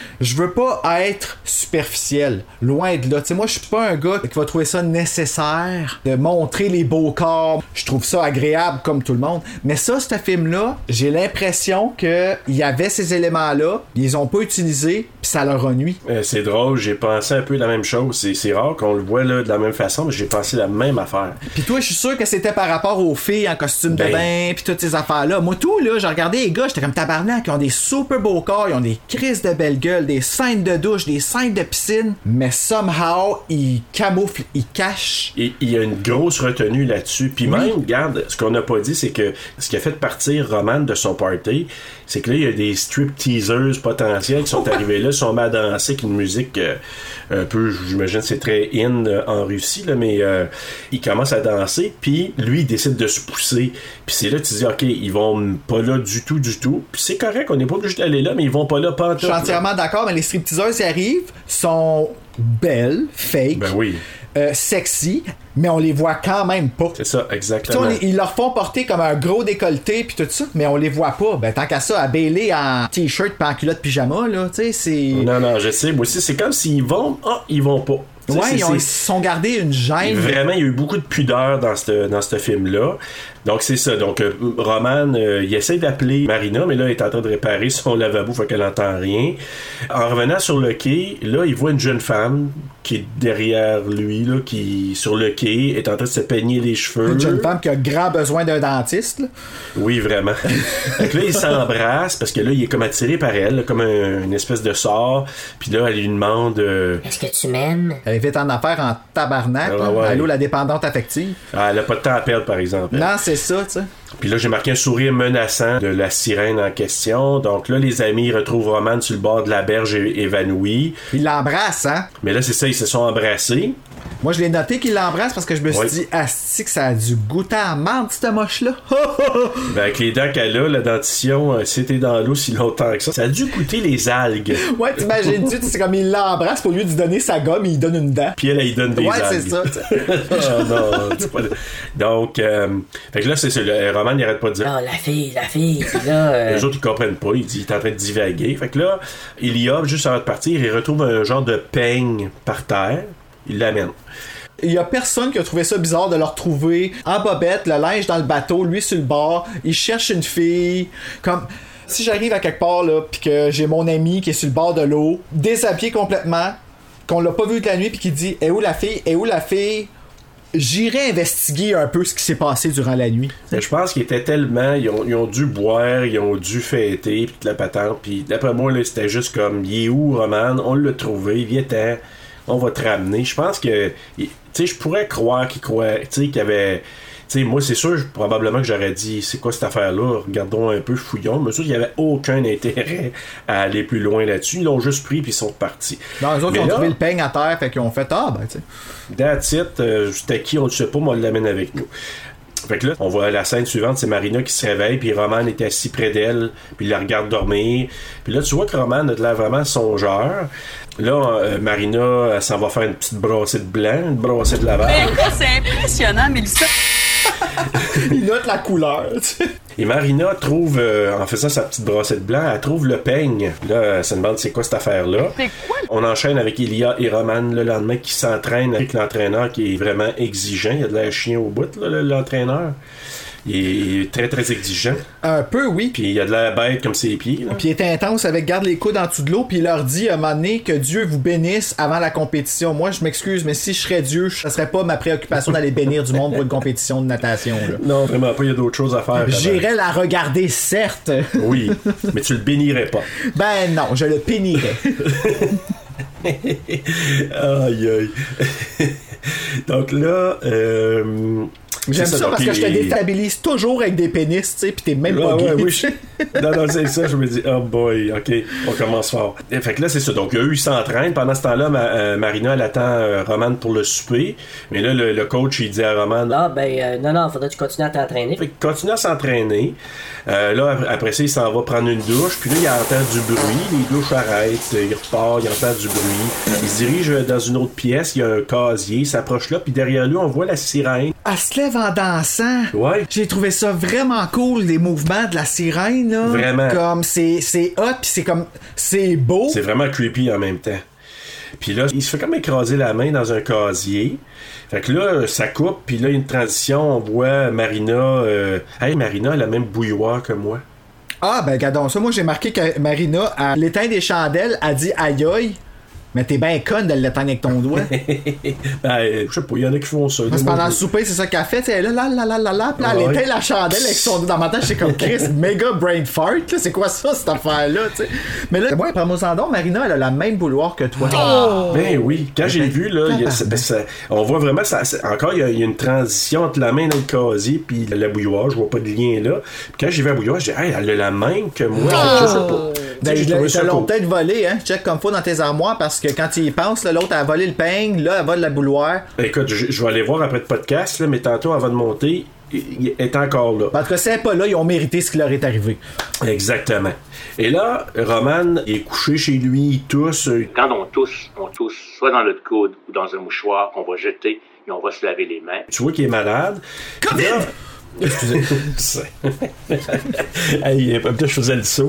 je veux pas être superficiel. Loin de là. Tu sais, moi, je suis pas un gars qui va trouver ça nécessaire de montrer les beaux corps. Je trouve ça agréable comme tout le monde. Mais ça, ce film-là, j'ai l'impression qu'il y avait ces éléments-là, ils ont pas utilisé, puis ça leur a nuit. Euh, c'est drôle, j'ai pensé un peu la même chose. C'est, c'est rare qu'on le voit là, de la même façon, mais j'ai pensé la même affaire. Puis toi, je suis sûr que c'était par rapport aux filles en costume ben... de bain, puis toutes ces affaires-là. Moi, tout, là, j'ai regardé les gars, j'étais comme tabarnak, ils ont des super beaux corps, ils ont des crises de belles gueules, des scènes de douche, des scènes de piscine, mais somehow, ils camouflent, ils cachent. Et il y a une grosse retenue là-dessus. Puis même, oui. Regarde, ce qu'on n'a pas dit, c'est que ce qui a fait partir Roman de son party, c'est que là, il y a des strip-teasers potentiels qui sont arrivés là, sont mis à danser avec une musique euh, un peu, j'imagine c'est très in euh, en Russie, là, mais euh, ils commencent à danser, puis lui, il décide de se pousser. Puis c'est là que tu dis, OK, ils vont pas là du tout, du tout. Puis c'est correct, on n'est pas obligé d'aller là, mais ils vont pas là pantoute. Je suis entièrement là. D'accord, mais les strip-teasers, ils arrivent, sont belles, fake. Ben oui. Euh, sexy, mais on les voit quand même pas. C'est ça, exactement. On, ils leur font porter comme un gros décolleté puis tout ça, mais on les voit pas. Ben tant qu'à ça, à Bailey en t-shirt pis en culotte pyjama, là, tu sais, c'est... Non, non, je sais, moi aussi, c'est comme s'ils vont, ah, oh, ils vont pas. Ouais, ils ont, sont gardés une gêne. Vraiment, il y a eu beaucoup de pudeur dans ce dans ce film-là. Donc, c'est ça. Donc, euh, Roman, euh, il essaie d'appeler Marina, mais là, il est en train de réparer son lavabo, fait qu'elle n'entend rien. En revenant sur le quai, là, il voit une jeune femme qui est derrière lui, là, qui, sur le quai, est en train de se peigner les cheveux. Une jeune femme qui a grand besoin d'un dentiste, là. Oui, vraiment. Donc là, il s'embrasse, parce que là, il est comme attiré par elle, là, comme un, une espèce de sort. Puis là, elle lui demande... Euh... Est-ce que tu m'aimes? Elle est faite en affaires en tabarnak. Ah, ouais. Allô, la dépendante affective. Ah, elle a pas de temps à perdre, par exemple. Non, c'est ça, tu sais. Puis là, j'ai marqué un sourire menaçant de la sirène en question. Donc là, les amis retrouvent Roman sur le bord de la berge é- évanoui. Il l'embrasse, hein? Mais là, c'est ça, ils se sont embrassés. Moi, je l'ai noté qu'il l'embrasse parce que je me suis oui. dit, asti que ça a dû goûter à menthe, cette moche-là. Ben, avec les dents qu'elle a, la dentition, euh, c'était dans l'eau si longtemps que ça. Ça a dû goûter les algues. Ouais, t'imagines-tu, c'est comme il l'embrasse, pour lui de donner sa gomme, il donne une dent. Puis elle, il donne des ouais, algues. Ouais, c'est ça. Oh non, c'est pas... Donc, euh, fait que là, c'est ça. Le Roman, il arrête pas de dire. Non, la fille, la fille. Là, euh... les autres, ils comprennent pas. Il dit, il est en train de divaguer. Fait que là, Ilya, juste avant de partir, il retrouve un genre de peigne par terre. Il l'amène. Il y a personne qui a trouvé ça bizarre de le retrouver en bobette, le linge dans le bateau, lui sur le bord. Il cherche une fille. Comme si j'arrive à quelque part là, puis que j'ai mon ami qui est sur le bord de l'eau, déshabillé complètement, qu'on l'a pas vu de la nuit, puis qui dit est où la fille, est où la fille. J'irai investiguer un peu ce qui s'est passé durant la nuit. Mais je pense qu'ils étaient tellement... Ils ont, ils ont dû boire, ils ont dû fêter, puis de la patente. Puis d'après moi, là, c'était juste comme, il est où, Roman? On l'a trouvé, viens-t'en, on va te ramener. Je pense que... Tu sais, je pourrais croire qu'il croit... Tu sais, qu'il y avait... Tu sais, moi, c'est sûr, probablement que j'aurais dit, c'est quoi cette affaire-là? Regardons un peu, fouillons. Mais sûr, il n'y avait aucun intérêt à aller plus loin là-dessus. Ils l'ont juste pris, puis ils sont partis. Non, les autres, mais ils ont là, trouvé le peigne à terre, fait qu'ils ont fait, ah, ben, tu sais. That's it. Euh, c'était qui, on ne sait pas, mais on l'amène avec nous. Fait que là, on voit la scène suivante, c'est Marina qui se réveille, puis Roman est assis près d'elle, puis il la regarde dormir. Puis là, tu vois que Roman a de l'air vraiment songeur. Là, euh, Marina, elle s'en va faire une petite brassée de blanc, une brassée de lavage. Ben, écoute, c'est impressionnant, Mélissa. Il note la couleur, tu sais. Et Marina trouve, euh, en faisant sa petite brassée de blanc, elle trouve le peigne. Là, elle se demande c'est quoi cette affaire-là. C'est quoi? On enchaîne avec Ilya et Roman le lendemain qui s'entraînent avec l'entraîneur qui est vraiment exigeant. Il y a de l'air chien au bout, là, l'entraîneur. Il est très très exigeant. Un peu, oui. Puis il a de l'air bête comme ses pieds. Là. Puis il est intense avec garde les coudes en dessous de l'eau, puis il leur dit à un moment donné que Dieu vous bénisse avant la compétition. Moi, je m'excuse, mais si je serais Dieu, ça serait pas ma préoccupation d'aller bénir du monde pour une compétition de natation. Là. Non, vraiment pas, il y a d'autres choses à faire. J'irais la regarder, certes. Oui, mais tu le bénirais pas. Ben non, je le pénirais. Aïe aïe. Donc là, euh... J'aime ça, ça parce que je te déstabilise toujours avec des pénis, tu sais, pis t'es même pas ouais, gay. Ouais, oui, je... Non, non, c'est ça, je me dis, oh boy, ok, on commence fort. Et fait que là, c'est ça. Donc, eux, ils s'entraînent. Pendant ce temps-là, ma, euh, Marina, elle attend euh, Roman pour le souper. Mais là, le, le coach, il dit à Roman... Ah, ben, euh, non, non, faudrait que tu continues à t'entraîner. Fait qu'il continue à s'entraîner. Euh, là, après ça, il s'en va prendre une douche. Puis là, il entend du bruit. Les douches arrêtent. Il repart, il entend du bruit. Il se dirige dans une autre pièce. Il y a un casier. Il s'approche là. Puis derrière lui, on voit la sirène. Elle se lève lève en dansant. Ouais. J'ai trouvé ça vraiment cool, les mouvements de la sirène, là. Vraiment. Comme, c'est, c'est hot, pis c'est comme, c'est beau. C'est vraiment creepy en même temps. Puis là, il se fait comme écraser la main dans un casier. Fait que là, ça coupe, puis là, il y a une transition, on voit Marina... Euh... Hey, Marina, elle a la même bouilloire que moi. Ah, ben, regardons ça. Moi, j'ai marqué que Marina, à l'éteint des chandelles, a dit aïe aïe. Mais t'es bien conne de l'éteindre avec ton doigt. Ben, je sais pas, il y en a qui font ça. Parce que pendant le souper, c'est ça qu'elle fait. Elle est là, là, là, là, là, là. Puis là, elle Ouais. éteint la chandelle avec son doigt. Dans ma tête, j'étais comme Chris, méga brain fart. Là. C'est quoi ça, cette affaire-là, tu sais? Mais là, moi, par Mozandon, Marina, elle a la même bouilloire que toi. Oh! Ben oui, quand j'ai vu, là, il y a, c'est- ben, ça- on voit vraiment, ça, c'est- encore, il y, a, il y a une transition entre la main dans le casier puis la bouilloire. Je vois pas de lien là. Puis quand j'ai vu la bouilloire, j'ai dit, hey, elle a la même que moi. Fait que je sais pas. Tu sais, j'ai trouvé Ils ça te l'ont cool. peut-être volé, hein? Check comme faut dans tes armoires parce que quand tu y penses, là, l'autre a volé le peigne, là, elle vole la bouilloire. Écoute, je, je vais aller voir après le podcast, là, mais tantôt, avant de monter, il, il est encore là. En tout cas, si elle n'est pas là, ils ont mérité ce qui leur est arrivé. Exactement. Et là, Roman est couché chez lui, il tousse. euh, Quand on tousse, on tousse soit dans notre coude ou dans un mouchoir qu'on va jeter et on va se laver les mains. Tu vois qu'il est malade. Puis là- Excusez. Hey, peut-être que je faisais le saut.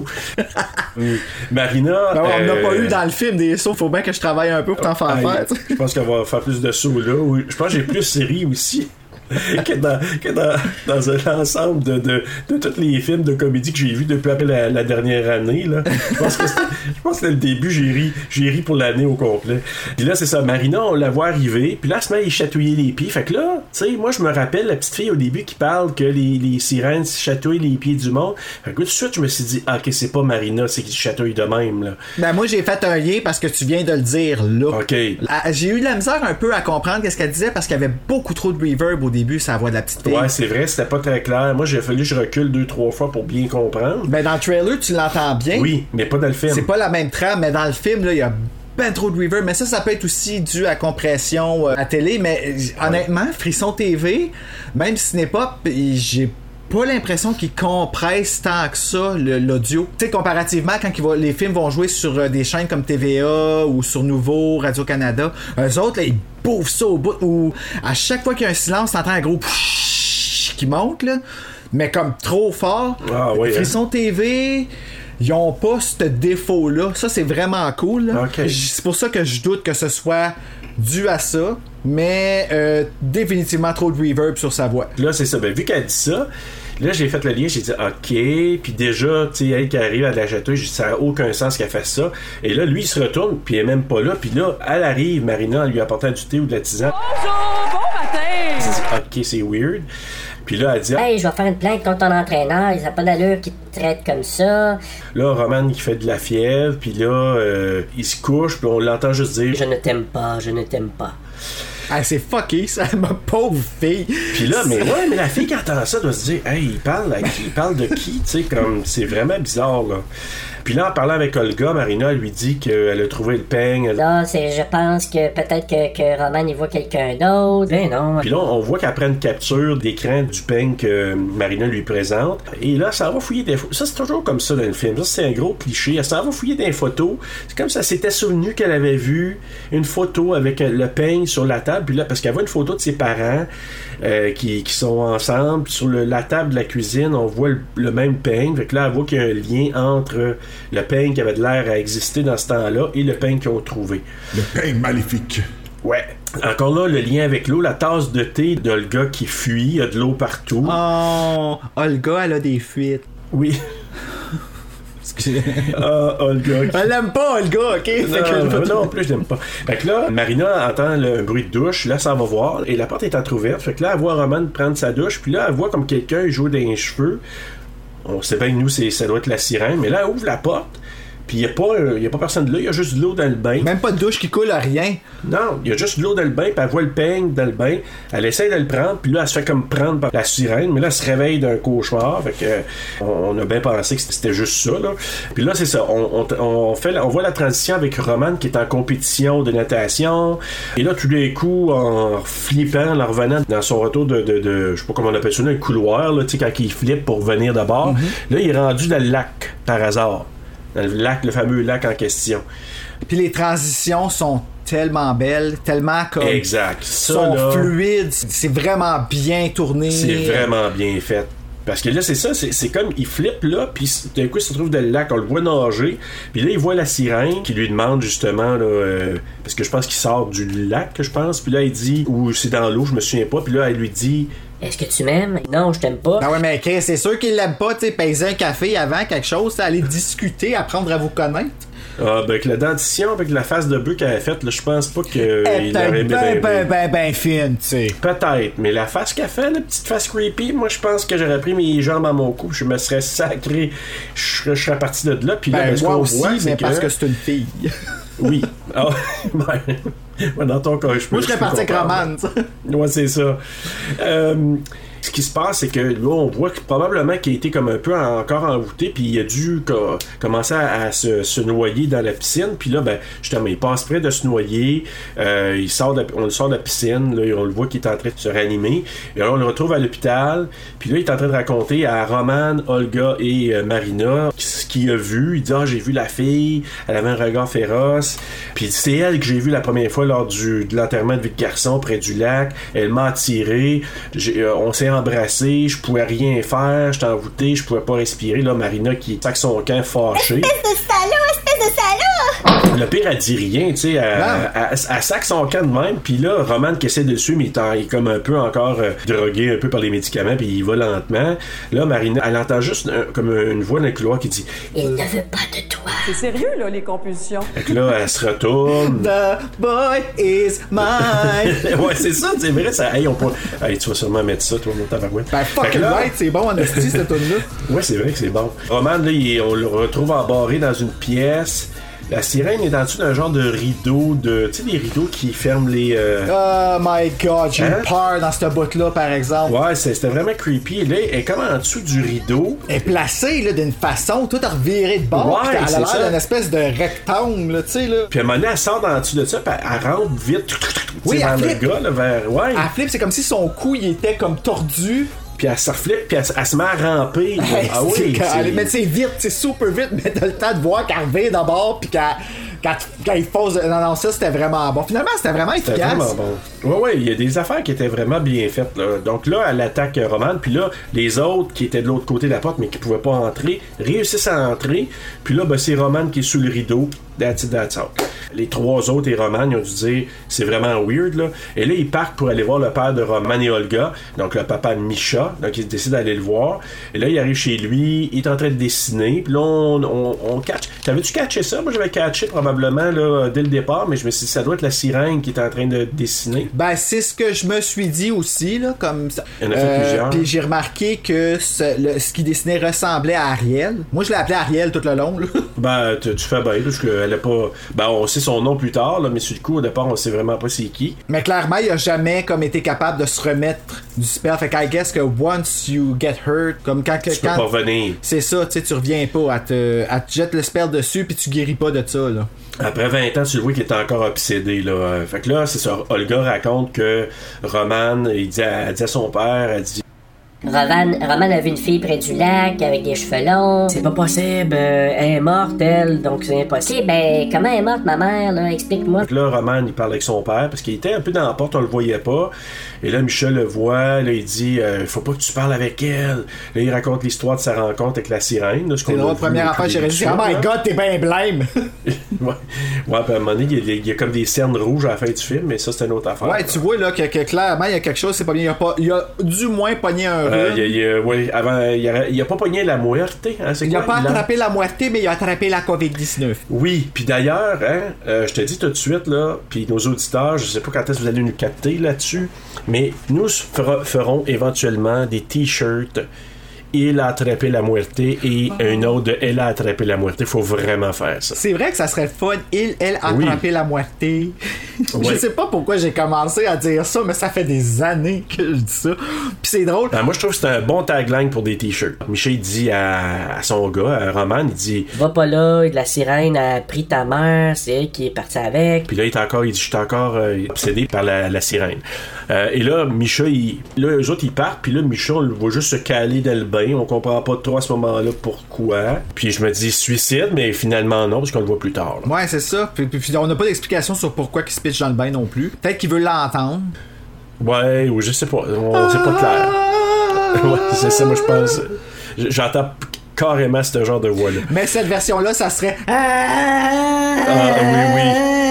Marina. Ben ouais, on n'a euh, pas eu dans le film des sauts, faut bien que je travaille un peu pour t'en faire Hey, faire. tu sais. je pense qu'on va faire plus de sauts là. Oui, je pense que j'ai plus série aussi. que dans, que dans, dans un ensemble de, de, de tous les films de comédie que j'ai vus depuis après la, la dernière année. Là. Je pense que c'était, je pense que c'était le début, j'ai ri, j'ai ri pour l'année au complet. Puis là, c'est ça, Marina, on la voit arriver, puis là, elle se met à y chatouiller les pieds. Fait que là, tu sais, moi, je me rappelle la petite fille au début qui parle que les, les sirènes chatouillent les pieds du monde. Fait que tout de suite, je me suis dit, ah, ok, c'est pas Marina, c'est qui chatouille de même. Là. Ben moi, j'ai fait un lien parce que tu viens de le dire là. OK. Ah, j'ai eu de la misère un peu à comprendre qu'est-ce qu'elle disait parce qu'il y avait beaucoup trop de reverb au début, sa voix de la petite fille. Ouais, c'est vrai, c'était pas très clair. Moi, j'ai fallu que je recule deux, trois fois pour bien comprendre. Ben dans le trailer, tu l'entends bien. Oui, mais pas dans le film. C'est pas la même trame, mais dans le film, là, il y a ben trop de reverb. Mais ça, ça peut être aussi dû à compression euh, à télé. Mais euh, honnêtement, Frisson T V, même si ce n'est pas, j'ai pas l'impression qu'ils compressent tant que ça le- l'audio. Tu sais, comparativement, quand ils vont- les films vont jouer sur euh, des chaînes comme T V A ou sur Nouveau, Radio-Canada, eux autres, là, ils bouffent ça au bout. Ou à chaque fois qu'il y a un silence, t'entends un gros pshhh qui monte, là. Mais comme trop fort. Ah oui, Frisson T V... Ils ont pas ce défaut-là. Ça, c'est vraiment cool. là. Ok. J- C'est pour ça que je doute que ce soit dû à ça. Mais euh, définitivement trop de reverb sur sa voix. Là, c'est ça. Ben, vu qu'elle dit ça, là, j'ai fait le lien, j'ai dit, OK. Puis déjà, tu sais, elle qui arrive à la chatouille, j'ai dit, ça n'a aucun sens qu'elle fasse ça. Et là, lui, il se retourne, puis elle est même pas là. Puis là, elle arrive, Marina, en lui apportant du thé ou de la tisane. Bonjour, bon matin! OK, c'est weird. Puis là, elle dit, ah, Hey, je vais faire une plainte contre ton entraîneur, il n'a pas d'allure qu'il te traite comme ça. là, Roman, qui fait de la fièvre, puis là, euh, il se couche, puis on l'entend juste dire. Je ne t'aime pas, je ne t'aime pas. Ah, c'est fucké, ça, ma pauvre fille. Puis là, mais ouais, mais la fille qui entend ça doit se dire, hey, il parle, à qui? Il parle de qui? Tu sais, comme, c'est vraiment bizarre, là. Puis là, en parlant avec Olga, Marina lui dit qu'elle a trouvé le peigne. Là, c'est, je pense que peut-être que, que Roman, il voit quelqu'un d'autre. Ben non. Puis là, on voit qu'elle prend une capture d'écran du peigne que Marina lui présente. Et là, ça va fouiller des photos. Ça, c'est toujours comme ça dans le film. Ça, c'est un gros cliché. Elle s'en va fouiller des photos. C'est comme ça s'était souvenu qu'elle avait vu une photo avec le peigne sur la table. Puis là, parce qu'elle voit une photo de ses parents euh, qui, qui sont ensemble. Puis sur le- la table de la cuisine, on voit le, le même peigne. Fait que là, elle voit qu'il y a un lien entre le peigne qui avait de l'air à exister dans ce temps-là et le peigne qu'ils ont trouvé. Le peigne maléfique. Ouais. Encore là, le lien avec l'eau, la tasse de thé de le gars qui fuit, il y a de l'eau partout. Oh, Olga, elle a des fuites. Oui. Excusez. Ah, Olga. qui- Elle l'aime pas, Olga, ok? Fait Non, que- non, non plus, je l'aime pas. Fait que là, Marina entend le bruit de douche, là, ça va voir, et la porte est entrouverte. Fait que là, elle voit Roman prendre sa douche, puis là, elle voit comme quelqu'un jouer dans les cheveux. On sait bien que nous, c'est, ça doit être la sirène, mais là, elle ouvre la porte, puis il n'y a, pas, euh, y a pas personne là, il y a juste de l'eau dans le bain. Même pas de douche qui coule, rien. Non, il y a juste de l'eau dans le bain, puis elle voit le peigne dans le bain. Elle essaie de le prendre, puis là, elle se fait comme prendre par la sirène, mais là, elle se réveille d'un cauchemar. Fait que, euh, on, on a bien pensé que c'était juste ça, là. Puis là, c'est ça. On, on, on fait, on voit la transition avec Roman qui est en compétition de natation. Et là, tout d'un coup, en flippant, en revenant dans son retour de, de, de je sais pas comment on appelle ça, un couloir, là, tu sais, quand il flippe pour venir de bord, là, il est rendu dans le lac, par hasard. dans le lac, le fameux lac en question. Puis les transitions sont tellement belles, tellement comme... Exact. Ça, sont là, fluides, c'est vraiment bien tourné. C'est vraiment bien fait. Parce que là, c'est ça, c'est, c'est comme, il flippe là, puis d'un coup, il se trouve dans le lac, on le voit nager, puis là, il voit la sirène qui lui demande justement, là, euh, parce que je pense qu'il sort du lac, je pense, puis là, il dit, ou c'est dans l'eau, je me souviens pas, puis là, elle lui dit... Est-ce que tu m'aimes? Non, je t'aime pas. Ben ouais, mais Chris, c'est sûr qu'il l'aime pas, tu sais, paiser un café avant quelque chose, aller discuter, apprendre à vous connaître. Ah, ben, avec la dentition, avec la face de bœuf qu'elle a faite, là, je pense pas qu'il Elle aurait est aimé ben, bien. ben, ben, ben fine, tu sais. Peut-être, mais la face qu'elle fait, la petite face creepy, moi, je pense que j'aurais pris mes jambes à mon cou, je me serais sacré, je serais, je serais parti de là, puis là, Ben, ben, ce moi qu'on aussi, voit, mais c'est parce que... que c'est une fille. Oui. Ah, ben, ouais, dans ton cas, je peux. Moi, je serais parti avec Roman, ça. Ouais, c'est ça. Euh, ce qui se passe, c'est que là, on voit que probablement qu'il a été comme un peu encore envoûté, puis il a dû co- commencer à, à se, se noyer dans la piscine, puis là, ben, justement, il passe près de se noyer, euh, il sort de, on le sort de la piscine, là, et on le voit qu'il est en train de se réanimer, et là, on le retrouve à l'hôpital, puis là, il est en train de raconter à Roman, Olga et euh, Marina ce qu'il a vu. Il dit, ah, j'ai vu la fille, elle avait un regard féroce, puis c'est elle que j'ai vue la première fois lors du, de l'enterrement de vie de garçon près du lac, elle m'a attiré, j'ai, euh, on s'est embrassé, je pouvais rien faire, j'étais envoûté, je pouvais pas respirer. Là, Marina qui sac son camp fâché. Espèce de salaud, espèce de salaud! Le pire, elle dit rien, tu sais, elle, elle, elle, elle sac son camp de même, puis là, Roman qui essaie de le suivre, mais il est, en, il est comme un peu encore euh, drogué un peu par les médicaments, puis il va lentement. Là, Marina, elle entend juste un, comme une voix dans le couloir qui dit « Il ne veut pas de toi. » C'est sérieux, là, les compulsions. Fait que là, elle se retourne. The boy is mine. Ouais, c'est ça, c'est vrai, ça. Hey, on peut... hey, tu vas sûrement mettre ça, toi, mon tabarouette. Ben, fucking là... right, c'est bon en esti, cette tune-là. Ouais, c'est vrai que c'est bon. Roman, là, il est, on le retrouve embarré dans une pièce. La sirène est en dessous d'un genre de rideau, de. Tu sais, les rideaux qui ferment les. Euh... Oh my god, j'ai Hein? eu peur dans cette bout-là, par exemple. Ouais, c'est- c'était vraiment creepy. Là, elle est comme en dessous du rideau. Elle est placée là, d'une façon, tout reviré de bord. Ouais, pis elle c'est a l'air ça. d'une espèce de rectangle, là, tu sais, là. Puis à un moment donné, elle sort d'en dessous de ça, puis elle, elle rentre vite. Oui, vers elle le flippe. gars, là, vers. Ouais. Elle flippe, c'est comme si son cou, il était comme tordu. Puis elle se reflète, puis elle, elle se met à ramper. Ah C'est oui. quand- c'est- Mais c'est vite, c'est super vite, mais t'as le temps de voir qu'elle revient d'abord, puis qu'elle. Quand, quand il pose. Non, non, ça c'était vraiment bon. Finalement, c'était vraiment C'était efficace. vraiment bon. Ouais, ouais, il y a des affaires qui étaient vraiment bien faites, là. Donc là, elle attaque euh, Roman, puis là, les autres qui étaient de l'autre côté de la porte, mais qui pouvaient pas entrer, réussissent à entrer. Puis là, ben, c'est Roman qui est sous le rideau. That's it, that's all. Les trois autres et Roman, ils ont dû dire, c'est vraiment weird, là. Et là, ils partent pour aller voir le père de Roman et Olga, donc le papa de Misha. Donc, ils décident d'aller le voir. Et là, il arrive chez lui, il est en train de dessiner. Puis là, on, on, on catch. T'avais-tu catché ça? Moi, j'avais catché probablement, là, dès le départ, mais je me suis dit, ça doit être la sirène qui est en train de dessiner. Ben, c'est ce que je me suis dit aussi, là, comme ça. Il y en a fait plusieurs. Puis j'ai remarqué que ce, le- ce qui dessinait ressemblait à Ariel. Moi, je l'ai appelé Ariel tout le long, là. Ben, tu, tu fais bien, parce qu'elle a pas. Ben, on sait son nom plus tard, là, mais sur le coup, au départ, on sait vraiment pas c'est qui. Mais clairement, il a jamais comme été capable de se remettre du spell. Fait que I guess que once you get hurt, comme quand Tu peux quand- pas revenir. c'est ça, tu sais, tu reviens pas, elle te, elle te jette le spell dessus puis tu guéris pas de ça, là. Après vingt ans, tu le vois qu'il est encore obsédé, là. Euh, Fait que là, c'est ça. Olga raconte que Roman, il dit à, elle dit à son père, elle dit. Roman, Roman a vu une fille près du lac avec des cheveux longs. C'est pas possible, euh, elle est morte, elle, donc c'est impossible. Ok, ben, comment elle est morte, ma mère, là? Explique-moi. Fait que là, Roman, il parle avec son père parce qu'il était un peu dans la porte, on le voyait pas. Et là, Michel le voit, là, il dit euh, faut pas que tu parles avec elle. Là, il raconte l'histoire de sa rencontre avec la sirène. Là, ce C'est qu'on a drôle, vu première au affaire, tout j'ai début dit, du oh my film, god, t'es ben blême! ouais, ouais, puis à un moment donné, il y, a, il y a comme des cernes rouges à la fin du film, mais ça, c'est une autre affaire. Ouais, tu vois, là, que, que clairement, il y a quelque chose, c'est pas bien. Il a, pas, il a du moins pogné un Euh, rhume. il, a, il a- ouais, avant, il a, il a pas pogné la muerte, hein, c'est Il quoi? a pas Il a- attrapé la moitié, mais il a attrapé la covid dix-neuf. Oui, puis d'ailleurs, hein, euh, je te dis tout de suite, là, puis nos auditeurs, je sais pas quand est-ce que vous allez nous capter là-dessus, mais nous fera- ferons éventuellement des t-shirts. Il a attrapé la muerte et un autre de Elle a attrapé la muerte. Il faut vraiment faire ça. C'est vrai que ça serait le fun. Il, elle, a Oui. attrapé la moitié. Je sais pas pourquoi j'ai commencé à dire ça, mais ça fait des années que je dis ça. Puis c'est drôle. Ben, moi, je trouve que c'est un bon tagline pour des t-shirts. Michel, il dit à, à son gars, à Roman, il dit... Va pas là, la sirène a pris ta mère, c'est elle qui est partie avec. Puis là, il est encore, il dit, je suis encore euh, obsédé par la, la sirène. Euh, et là, Micha, il, là, eux autres, ils partent, puis là, Micha, on le voit juste se caler dans le bain. On comprend pas trop à ce moment-là pourquoi. Puis je me dis suicide, mais finalement non, parce qu'on le voit plus tard. Là. Ouais, c'est ça. Puis, puis, puis on n'a pas d'explication sur pourquoi il se pitche dans le bain non plus. Peut-être qu'il veut l'entendre. Ouais, ou je sais pas. On, c'est pas clair. Ouais, c'est ça, moi, je pense. J'entends carrément ce genre de voix-là. Mais cette version-là, ça serait... Ah, oui, oui.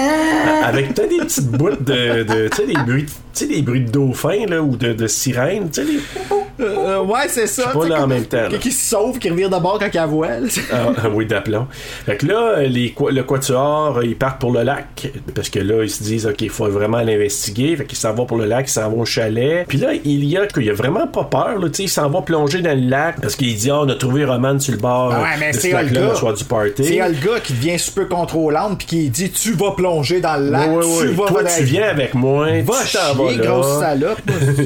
Avec peut-être des petites bouttes de... de tu sais, des bruits... Tu sais, des bruits de dauphin, là, ou de, de sirène, tu sais, les... Euh, ouais, c'est ça. Pas là en même temps. Qui se sauve, qui revient d'abord quand il a voile. Ah, oui, d'aplomb. Fait que là, les, le quatuor, ils partent pour le lac. Parce que là, ils se disent, OK, il faut vraiment l'investiguer. Fait qu'ils s'en vont pour le lac, ils s'en vont au chalet. Puis là, il y a, il a vraiment pas peur, là, tu sais, il s'en va plonger dans le lac. Parce qu'il dit, ah, on a trouvé Roman sur le bord ah ouais, mais de c'est ce lac-là, le soir du party. C'est Olga qui devient super contrôlante, puis qui dit, tu vas plonger dans le lac, oui, oui, tu oui. vas... Toi, tu viens avec moi, va tu t'en vas chier, là. grosse salope.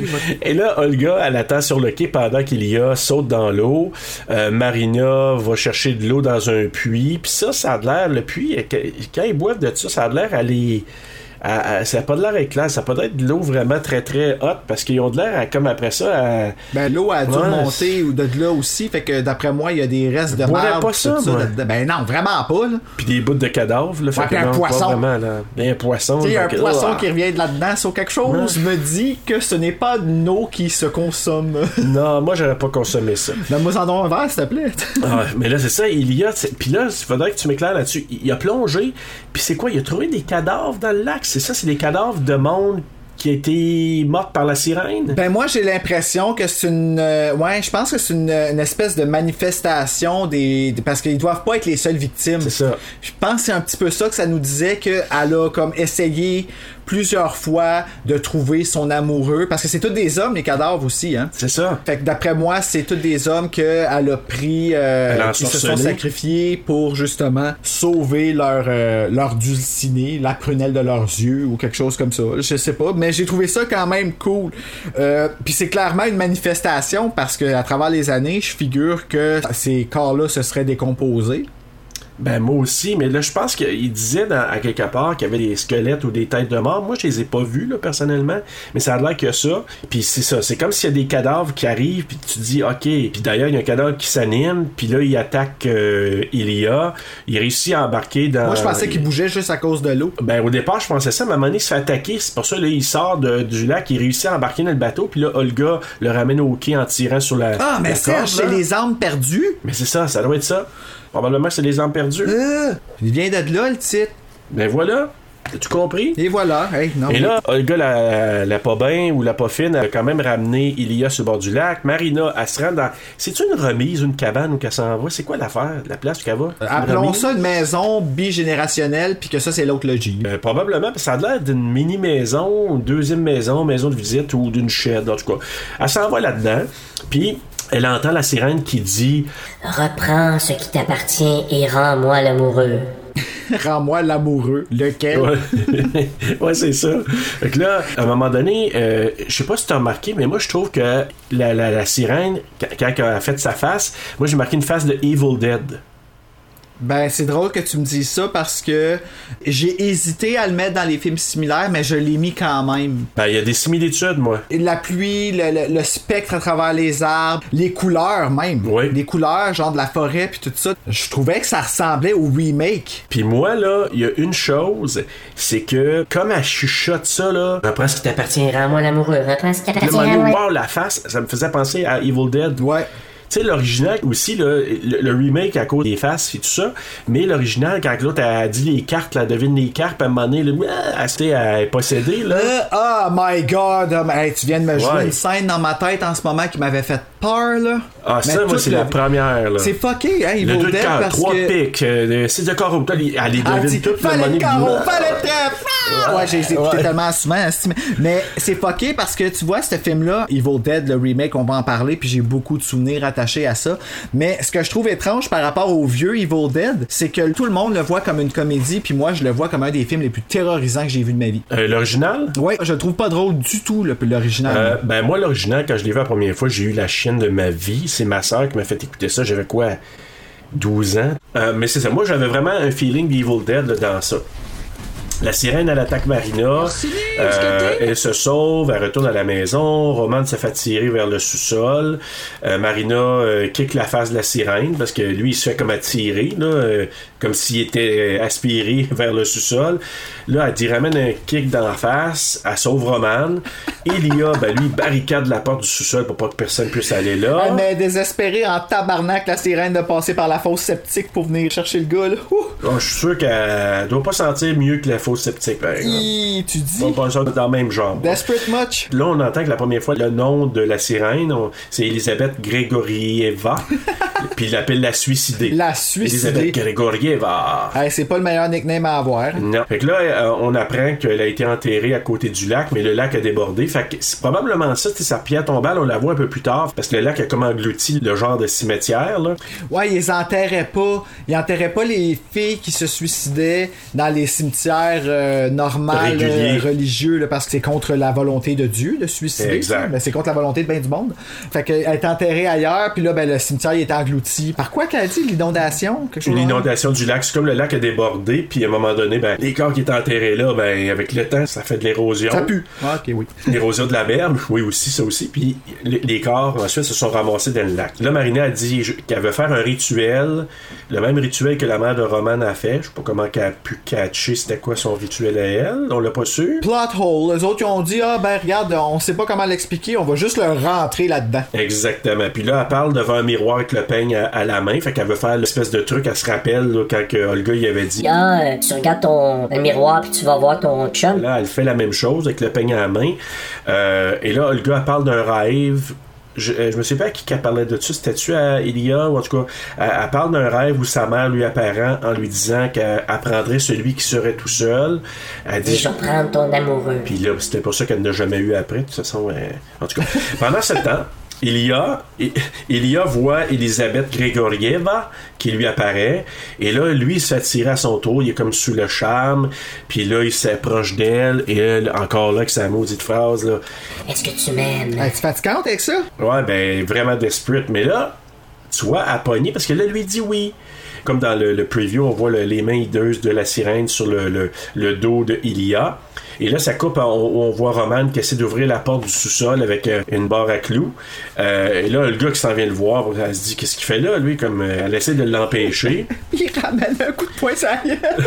Et là, Olga, elle attend sur le quai pendant qu'il y a saute dans l'eau. Euh, Marina va chercher de l'eau dans un puits. Puis ça, ça a l'air, le puits, quand ils boivent de ça, ça a l'air à les... À, à, ça n'a pas de l'air éclair, ça peut être de l'eau vraiment très très haute parce qu'ils ont de l'air à, comme après ça à... Ben l'eau a dû ouais, remonter ou de là aussi, fait que d'après moi il y a des restes de marde pas ça, ça de, ben non, vraiment pas là. Puis des bouts de cadavres là, fait ouais, que un non, poisson. Pas vraiment, là. Un poisson. Tu sais, un que, poisson oh, qui revient de là-dedans sur quelque chose ouais. me dit que ce n'est pas une eau qui se consomme. Non, moi j'aurais pas consommé ça. Donne-moi en don un verre s'il te plaît. Ah, mais là c'est ça, il y a puis là il faudrait que tu m'éclaires là-dessus. Il a plongé, puis c'est quoi, il a trouvé des cadavres dans le lac, c'est ça, c'est des cadavres de monde qui a été morte par la sirène? Ben moi j'ai l'impression que c'est une euh, ouais je pense que c'est une, une espèce de manifestation des, des parce qu'ils doivent pas être les seules victimes. C'est ça. Je pense que c'est un petit peu ça que ça nous disait qu'elle a comme essayé plusieurs fois de trouver son amoureux parce que c'est tous des hommes les cadavres aussi hein. C'est ça. Fait que d'après moi c'est tous des hommes qu'elle a pris euh, qui se sont sacrifiés pour justement sauver leur euh, leur dulcinée, la prunelle de leurs yeux ou quelque chose comme ça. Je sais pas mais j'ai trouvé ça quand même cool. Euh, puis c'est clairement une manifestation parce que à travers les années, je figure que ces corps-là se seraient décomposés. Ben moi aussi, mais là je pense qu'il disait dans, à quelque part qu'il y avait des squelettes ou des têtes de mort. Moi je les ai pas vus là personnellement, mais ça a l'air que ça. Puis c'est ça, c'est comme s'il y a des cadavres qui arrivent, puis tu te dis ok. Puis d'ailleurs il y a un cadavre qui s'anime, puis là il attaque euh, Ilia. Il réussit à embarquer dans. Moi je pensais qu'il bougeait juste à cause de l'eau. Ben au départ je pensais ça, mais à un moment donné il se fait attaquer. C'est pour ça là il sort de, du lac, il réussit à embarquer dans le bateau, puis là Olga le ramène au quai en tirant sur la. Ah mais c'est c'est les armes perdues. Mais c'est ça, ça doit être ça. Probablement que c'est les armes perdues. Euh, il vient de là, le titre. Ben voilà. As-tu compris? Et voilà. Hey, non, Et mais... là, Olga, la, la pas bien ou la pas fine, a quand même ramené Ilia sur le bord du lac. Marina, elle se rend dans... C'est-tu une remise, une cabane où qu'elle s'en va? C'est quoi l'affaire? La place où qu'elle va? Euh, appelons remise? Ça une maison bigénérationnelle, puis que ça, c'est l'autre logis. Euh, probablement, parce que ça a l'air d'une mini-maison, une deuxième maison, maison de visite ou d'une shed, en tout cas. Elle s'en va là-dedans, puis... Elle entend la sirène qui dit « Reprends ce qui t'appartient et rends-moi l'amoureux. » Rends-moi l'amoureux. Lequel? Ouais, ouais c'est ça. Fait que là, à un moment donné, euh, je sais pas si t'as remarqué, mais moi, je trouve que la, la, la sirène, quand elle a fait sa face, moi, j'ai marqué une face de Evil Dead. Ben, c'est drôle que tu me dises ça parce que j'ai hésité à le mettre dans les films similaires, mais je l'ai mis quand même. Ben, il y a des similitudes, moi. La pluie, le, le, le spectre à travers les arbres, les couleurs même. Oui. Les couleurs, genre de la forêt puis tout ça. Je trouvais que ça ressemblait au remake. Puis moi, là, il y a une chose, c'est que, comme elle chuchote ça, là... Reprends ce qui t'appartient, rends-moi l'amoureux. Reprends ce qui t'appartient, rends-moi l'amoureux. La face, ça me faisait penser à Evil Dead. Ouais. Tu sais, l'original aussi, là, le, le remake à cause des faces et tout ça, mais l'original, quand l'autre a dit les cartes, là, devine les cartes, à un moment donné, là, elle, elle est possédée, là. Euh, oh my god! Um, hey, tu viens de me jouer ouais. une scène dans ma tête en ce moment qui m'avait fait peur, là. Ah, mais ça, moi, c'est le... la première, là. C'est fucké, hein, Evil Dead, parce trois que... pics, euh, c'est de carreau. Elle les devine toutes, fallait le carreau, fallait le trèfle! Ouais, j'ai écouté Ouais. tellement souvent. Mais, mais c'est fucké parce que tu vois, ce film-là, Evil Dead, le remake, on va en parler, puis j'ai beaucoup de souvenirs attachés à ça. Mais ce que je trouve étrange par rapport au vieux Evil Dead, c'est que tout le monde le voit comme une comédie, puis moi, je le vois comme un des films les plus terrorisants que j'ai vu de ma vie. Euh, l'original? Ouais, je le trouve pas drôle du tout, le, l'original. Euh, ben moi, l'original, quand je l'ai vu la première fois, j'ai eu la chienne de ma vie. C'est ma soeur qui m'a fait écouter ça. J'avais quoi? douze ans. Euh, mais c'est ça. Moi, j'avais vraiment un feeling d'Evil Dead là, dans ça. La sirène, elle attaque Marina. Euh, elle se sauve, elle retourne à la maison. Roman se fait tirer vers le sous-sol. Euh, Marina euh, kick la face de la sirène parce que lui, il se fait comme attirer, là, euh, comme s'il était aspiré vers le sous-sol. Là, elle dit ramène un kick dans la face. Elle sauve Roman. Ilia, ben lui, barricade la porte du sous-sol pour pas que personne puisse aller là. Elle m'est désespérée en tabarnak, la sirène, de passer par la fosse septique pour venir chercher le gars, là. Oh, je suis sûr qu'elle doit pas sentir mieux que la fosse sceptique, par exemple. Hi, tu dis? On pense dans le même genre. Desperate much? Là, on entend que la première fois, le nom de la sirène, on- c'est Elisabeth Grégorieva. Puis il l'appelle la suicidée. La suicidée. Elisabeth Grégorieva. Hey, c'est pas le meilleur nickname à avoir. Non. Fait que là, euh, on apprend qu'elle a été enterrée à côté du lac, mais le lac a débordé. Fait que c'est probablement ça, sa pierre tombale, on la voit un peu plus tard, parce que le lac a comme englouti le genre de cimetière, là. Ouais, ils enterraient pas. Ils enterraient pas les filles qui se suicidaient dans les cimetières euh, normales, Réguliers. euh, religieux, là, parce que c'est contre la volonté de Dieu de se suicider. Exact. ça. Ben, c'est contre la volonté de bien du monde. Fait qu'elle est enterrée ailleurs, puis là, ben, le cimetière il est englouti. Par quoi qu'elle dit? L'inondation? Quelque chose Une de même? inondation du lac, c'est comme le lac a débordé, puis à un moment donné, ben, les corps qui étaient enterrés là, ben, avec le temps, ça fait de l'érosion. Ça pue. Ah, ok, oui. L'érosion de la berme, oui aussi, ça aussi. Puis les, les corps, ensuite, se sont ramassés dans le lac. Là, Marina a dit je- qu'elle veut faire un rituel, le même rituel que la mère de Roman a fait. Je sais pas comment qu'elle a pu catcher c'était quoi son rituel à elle. On l'a pas su. Plot hole. Les autres, ils ont dit, ah, ben, regarde, on sait pas comment l'expliquer, on va juste le rentrer là-dedans. Exactement. Puis là, elle parle devant un miroir avec le peigne à, à la main. Fait qu'elle veut faire l'espèce de truc. Elle se rappelle là, quand que Olga y avait dit. Ah, euh, tu regardes ton le miroir puis tu vas voir ton chum. Là, elle fait la même chose avec le peigne à la main. Euh, et là, Olga, elle parle d'un rêve. Je, euh, je me sais pas à qui qu'elle parlait de ça. C'était-tu à Elia ou en tout cas, elle, elle parle d'un rêve où sa mère lui apparaît en lui disant qu'elle apprendrait celui qui serait tout seul. Elle dit. Je vais prendre ton amoureux. Puis là, c'était pas ça qu'elle n'a jamais eu après. De toute façon, euh, en tout cas, pendant ce temps. Ilia, Ilia voit Elisabeth Grégorieva qui lui apparaît et là lui il se fait tirer à son tour, il est comme sous le charme, puis là il s'approche d'elle et elle encore là avec sa maudite phrase là. Est-ce que tu m'aimes? Hey, tu fatigante avec ça? Ouais ben vraiment desperate, mais là tu vois à pogner parce que là lui dit oui. Comme dans le, le preview, on voit le, les mains hideuses de la sirène sur le, le, le dos de Ilia. Et là, ça coupe, on, on voit Roman qui essaie d'ouvrir la porte du sous-sol avec euh, une barre à clous. Euh, et là, le gars qui s'en vient le voir, elle se dit, qu'est-ce qu'il fait là, lui? Comme, euh, elle essaie de l'empêcher. Il ramène un coup de poing sur la gueule.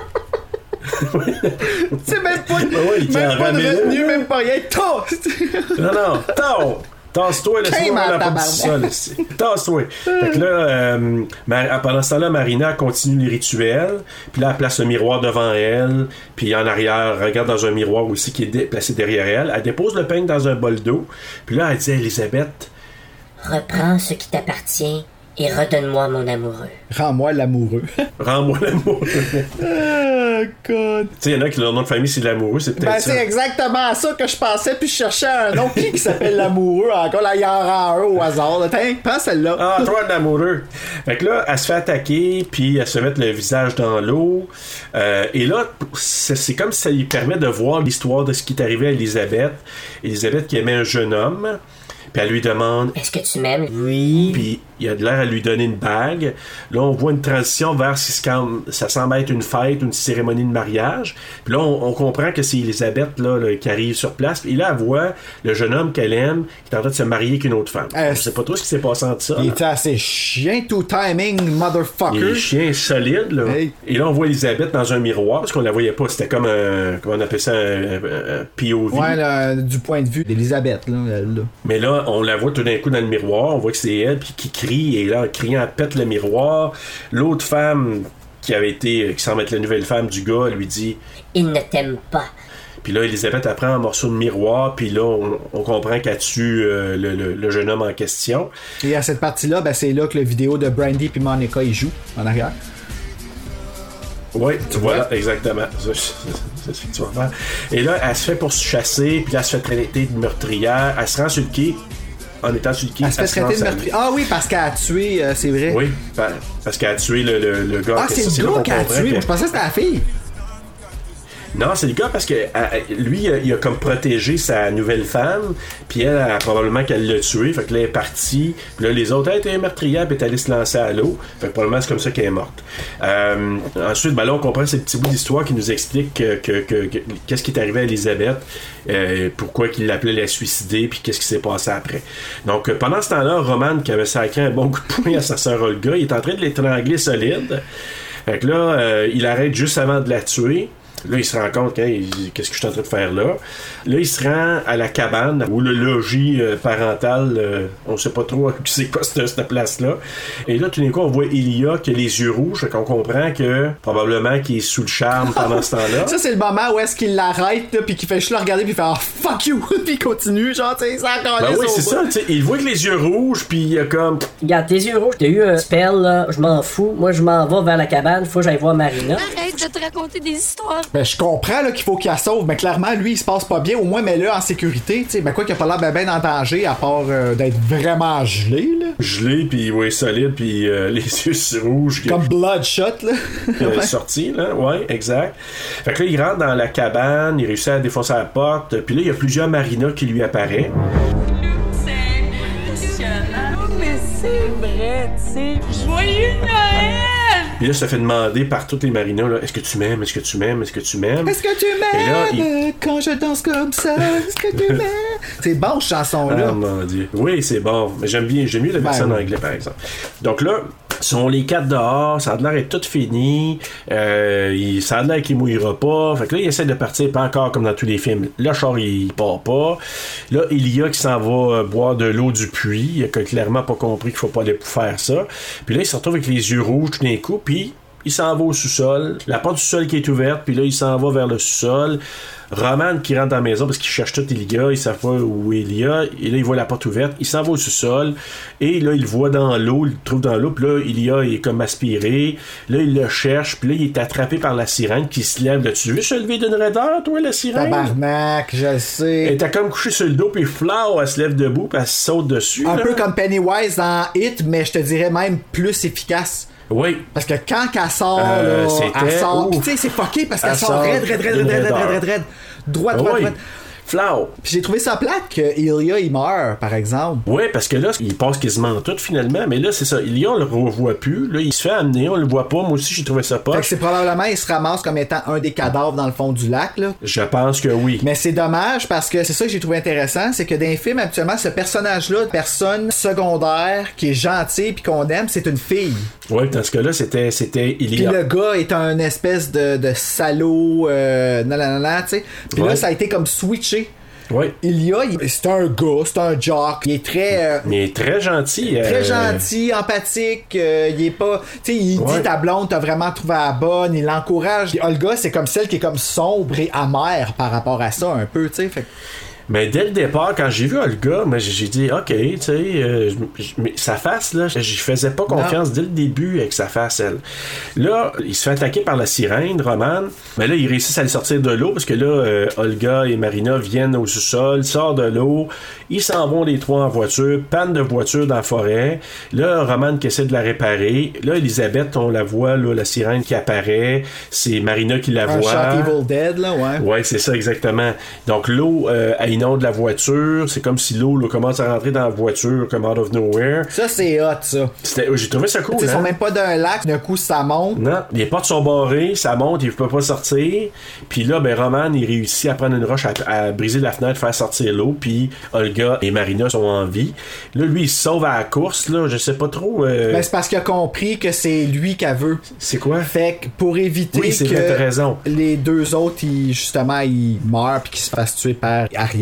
C'est même pas, ouais, il même t'en pas de ramène. retenue, même pas rien. Toast! Non, non, tasse! Tasse-toi, laisse-moi Quelle la porte du tabarnak. sol ici. Tasse-toi. Fait que là, euh, Mar- pendant ce temps-là, Marina continue les rituels. Puis là, elle place le miroir devant elle. Puis en arrière, elle regarde dans un miroir aussi qui est dé- placé derrière elle. Elle dépose le peigne dans un bol d'eau. Puis là, elle dit à Elisabeth, Reprends ce qui t'appartient et redonne-moi mon amoureux. Rends-moi l'amoureux. rends-moi l'amour. Oh, God. Tu sais, il y en a qui leur nom de famille, c'est l'amoureux. C'est peut-être Ben, ça. c'est exactement à ça que je pensais, puis je cherchais un nom qui, qui s'appelle l'amoureux. Encore là, il y en rend un au hasard. Là. Tiens, prends celle-là. Ah, toi, l'amoureux. Fait que là, elle se fait attaquer, puis elle se met le visage dans l'eau. Euh, et là, c'est, c'est comme si ça lui permet de voir l'histoire de ce qui est arrivé à Elisabeth. Elisabeth qui aimait un jeune homme. Puis elle lui demande, Est-ce que tu m'aimes? Oui. puis il a de l'air à lui donner une bague. Là, on voit une transition vers ce qui se- ça semble être une fête, une cérémonie de mariage. Puis là, on, on comprend que c'est Elisabeth là, là, qui arrive sur place. Et là, elle voit le jeune homme qu'elle aime qui est en train de se marier avec une autre femme. Euh, Je sais pas trop ce qui s'est passé entre ça. Il là. était assez chien, tout timing, motherfucker. Les chiens solides, là. Hey. Et là, on voit Elisabeth dans un miroir, parce qu'on la voyait pas. C'était comme un, comment on appelle ça, un, un- un P O V. Ouais, là, du point de vue d'Elisabeth, là, elle, là. Mais là, on la voit tout d'un coup dans le miroir. On voit que c'est elle, puis qui crie. Et là, en criant, elle pète le miroir. L'autre femme, qui avait été, qui semble être la nouvelle femme du gars, elle lui dit... Il ne t'aime pas. Puis là, Elisabeth, elle prend un morceau de miroir, puis là, on, on comprend qu'elle tue euh, le, le- le jeune homme en question. Et à cette partie-là, ben, c'est là que la vidéo de Brandy puis Monica, ils jouent en arrière. Oui, voilà, exactement. C'est, c'est, c'est ce que tu vas faire. Et là, elle se fait pourchasser, puis là, elle se fait traiter de meurtrière. Elle se rend sur le quai. En étant sur le quai, elle se fait traiter de meurtrière. Ah oui, parce qu'elle a tué, euh, c'est vrai. Oui, parce qu'elle a tué le, le, le gars. Ah, c'est ça, le gars qu'elle a tué. Que... Je pensais que c'était la fille. Non, c'est le gars parce que lui, il a comme protégé sa nouvelle femme, puis elle, elle, probablement qu'elle l'a tué, fait que là, elle est partie, puis là, les autres, elle était meurtrière, puis elle est allée se lancer à l'eau, fait que probablement c'est comme ça qu'elle est morte. Euh, ensuite, ben là, on comprend ces petits bouts d'histoire qui nous expliquent que, que, que, que, qu'est-ce qui est arrivé à Elisabeth, euh, pourquoi qu'il l'appelait la suicider, puis qu'est-ce qui s'est passé après. Donc, pendant ce temps-là, Roman, qui avait sacré un bon coup de poing à sa sœur Olga, il est en train de l'étrangler solide. Fait que là, euh, il arrête juste avant de la tuer. Là, il se rend compte, hey, qu'est-ce que je suis en train de faire là? Là, il se rend à la cabane, ou le logis euh, parental, euh, on sait pas trop c'est quoi cette, cette place-là. Et là, tout d'un coup, on voit Elia qui a les yeux rouges, fait qu'on comprend que, probablement, qu'il est sous le charme pendant ce temps-là. Ça, c'est le moment où est-ce qu'il l'arrête, là, puis qu'il fait juste le regarder, puis il fait « Oh, fuck you! » puis il continue, genre, tu sais, ça encore ben oui, c'est ça, tu sais, il voit que les yeux rouges, puis il a comme... Regarde, tes yeux rouges, t'as eu un spell, là, je m'en fous. Moi, je m'en vais vers la cabane, faut que j'aille voir Marina. Arrête de te raconter des histoires. Ben, je comprends là, qu'il faut qu'il la sauve, mais clairement, lui, il se passe pas bien. Au moins, mets-le en sécurité. T'sais. Ben, quoi qu'il a pas l'air ben, ben en danger, à part euh, d'être vraiment gelé. Là. Gelé, puis ouais, solide, puis euh, les yeux rouges. Comme Bloodshot, là. Il est sorti, là. Ouais, exact. Fait que là, il rentre dans la cabane, il réussit à défoncer la porte, puis là, il y a plusieurs marinas qui lui apparaissent. C'est impressionnant. Mais c'est vrai, tu sais. Joyeux Noël! Puis là, ça fait demander par toutes les marinas, là, est-ce que tu m'aimes, est-ce que tu m'aimes, est-ce que tu m'aimes? Est-ce que tu m'aimes là, il... quand je danse comme ça? Est-ce que tu m'aimes? C'est bon, cette chanson-là. Oh mon Dieu. Oui, c'est bon. Mais j'aime bien, j'aime mieux la version ben, en anglais, par exemple. Donc là, sont les quatre dehors, ça a l'air d'être tout fini, euh, il, ça a l'air qu'il mouillera pas, fait que là il essaie de partir, pas encore comme dans tous les films, le char il part pas, là il y a qui s'en va euh, boire de l'eau du puits, il a clairement pas compris qu'il faut pas aller faire ça, puis là il se retrouve avec les yeux rouges tout d'un coup, puis il s'en va au sous-sol, la porte du sous-sol qui est ouverte, puis là il s'en va vers le sous-sol. Roman qui rentre dans la maison parce qu'il cherche tout Elia, il sait pas où Elia, et là il voit la porte ouverte, il s'en va au sous-sol, et là il le voit dans l'eau, il le trouve dans l'eau, puis là Elia est comme aspiré, là il le cherche, puis là il est attrapé par la sirène qui se lève, là tu veux se lever d'une raideur toi la sirène? Tabarnak, je sais. Elle t'a comme couché sur le dos, puis Flower elle se lève debout, puis elle se saute dessus. Un là. peu comme Pennywise dans It, mais je te dirais même plus efficace. Oui. Parce que quand qu'elle sort, euh, là, elle sort. Pis tu sais, c'est fucké parce qu'elle sort raide, raide, raide, raide, raide, raide, raide, raide. Droite, droite, droite. Flow. Puis j'ai trouvé ça plate que Elia il meurt, par exemple. Ouais, parce que là, il passe quasiment tout finalement, mais là, c'est ça. Elia, on le revoit plus. Là, il se fait amener, on le voit pas. Moi aussi, j'ai trouvé ça pas. Fait que c'est probablement, il se ramasse comme étant un des cadavres dans le fond du lac, là. Je pense que oui. Mais c'est dommage parce que c'est ça que j'ai trouvé intéressant, c'est que dans les films, habituellement, ce personnage-là, personne secondaire qui est gentil puis qu'on aime, c'est une fille. Ouais, dans ce cas-là, c'était, c'était Elia. Puis le gars est un espèce de, de salaud, euh, nanana, tu sais. Puis ouais. Là, ça a été comme switché. Oui. Elia, il, c'est un gars, c'est un jock. Il est très. Euh, il est très gentil. Très euh... gentil, empathique. Euh, il est pas. Tu sais, il ouais. dit ta blonde, t'as vraiment trouvé la bonne. Il l'encourage. Et Olga, c'est comme celle qui est comme sombre et amère par rapport à ça, un peu, tu sais. Fait Mais dès le départ, quand j'ai vu Olga, moi, j'ai dit, OK, tu sais, euh, mais sa face, là, j'y faisais pas confiance non. dès le début avec sa face, elle. Là, il se fait attaquer par la sirène, Roman, mais là, ils réussissent à le sortir de l'eau, parce que là, euh, Olga et Marina viennent au sous-sol, sortent de l'eau, ils s'en vont les trois en voiture, panne de voiture dans la forêt. Là, Roman qui essaie de la réparer. Là, Elisabeth, on la voit, là, la sirène qui apparaît, c'est Marina qui la un voit. Un shot Evil Dead, là, ouais. Ouais, c'est ça, exactement. Donc, l'eau, euh, elle inonde la voiture, c'est comme si l'eau là, commence à rentrer dans la voiture comme out of nowhere. Ça, c'est hot, ça. C'était, j'ai trouvé ça cool. Ils hein? sont même pas d'un lac, d'un coup, ça monte. Non, les portes sont barrées, ça monte, il peut pas sortir. Puis là, ben, Roman, il réussit à prendre une roche, à, à briser la fenêtre, faire sortir l'eau, puis Olga et Marina sont en vie. Là, lui, il se sauve à la course, là, je sais pas trop. Euh... Ben, c'est parce qu'il a compris que c'est lui qu'elle veut. C'est quoi? Fait que pour éviter oui, c'est que vrai, t'as raison. les deux autres, ils, justement, ils meurent puis qu'ils se fassent tuer par Ariel.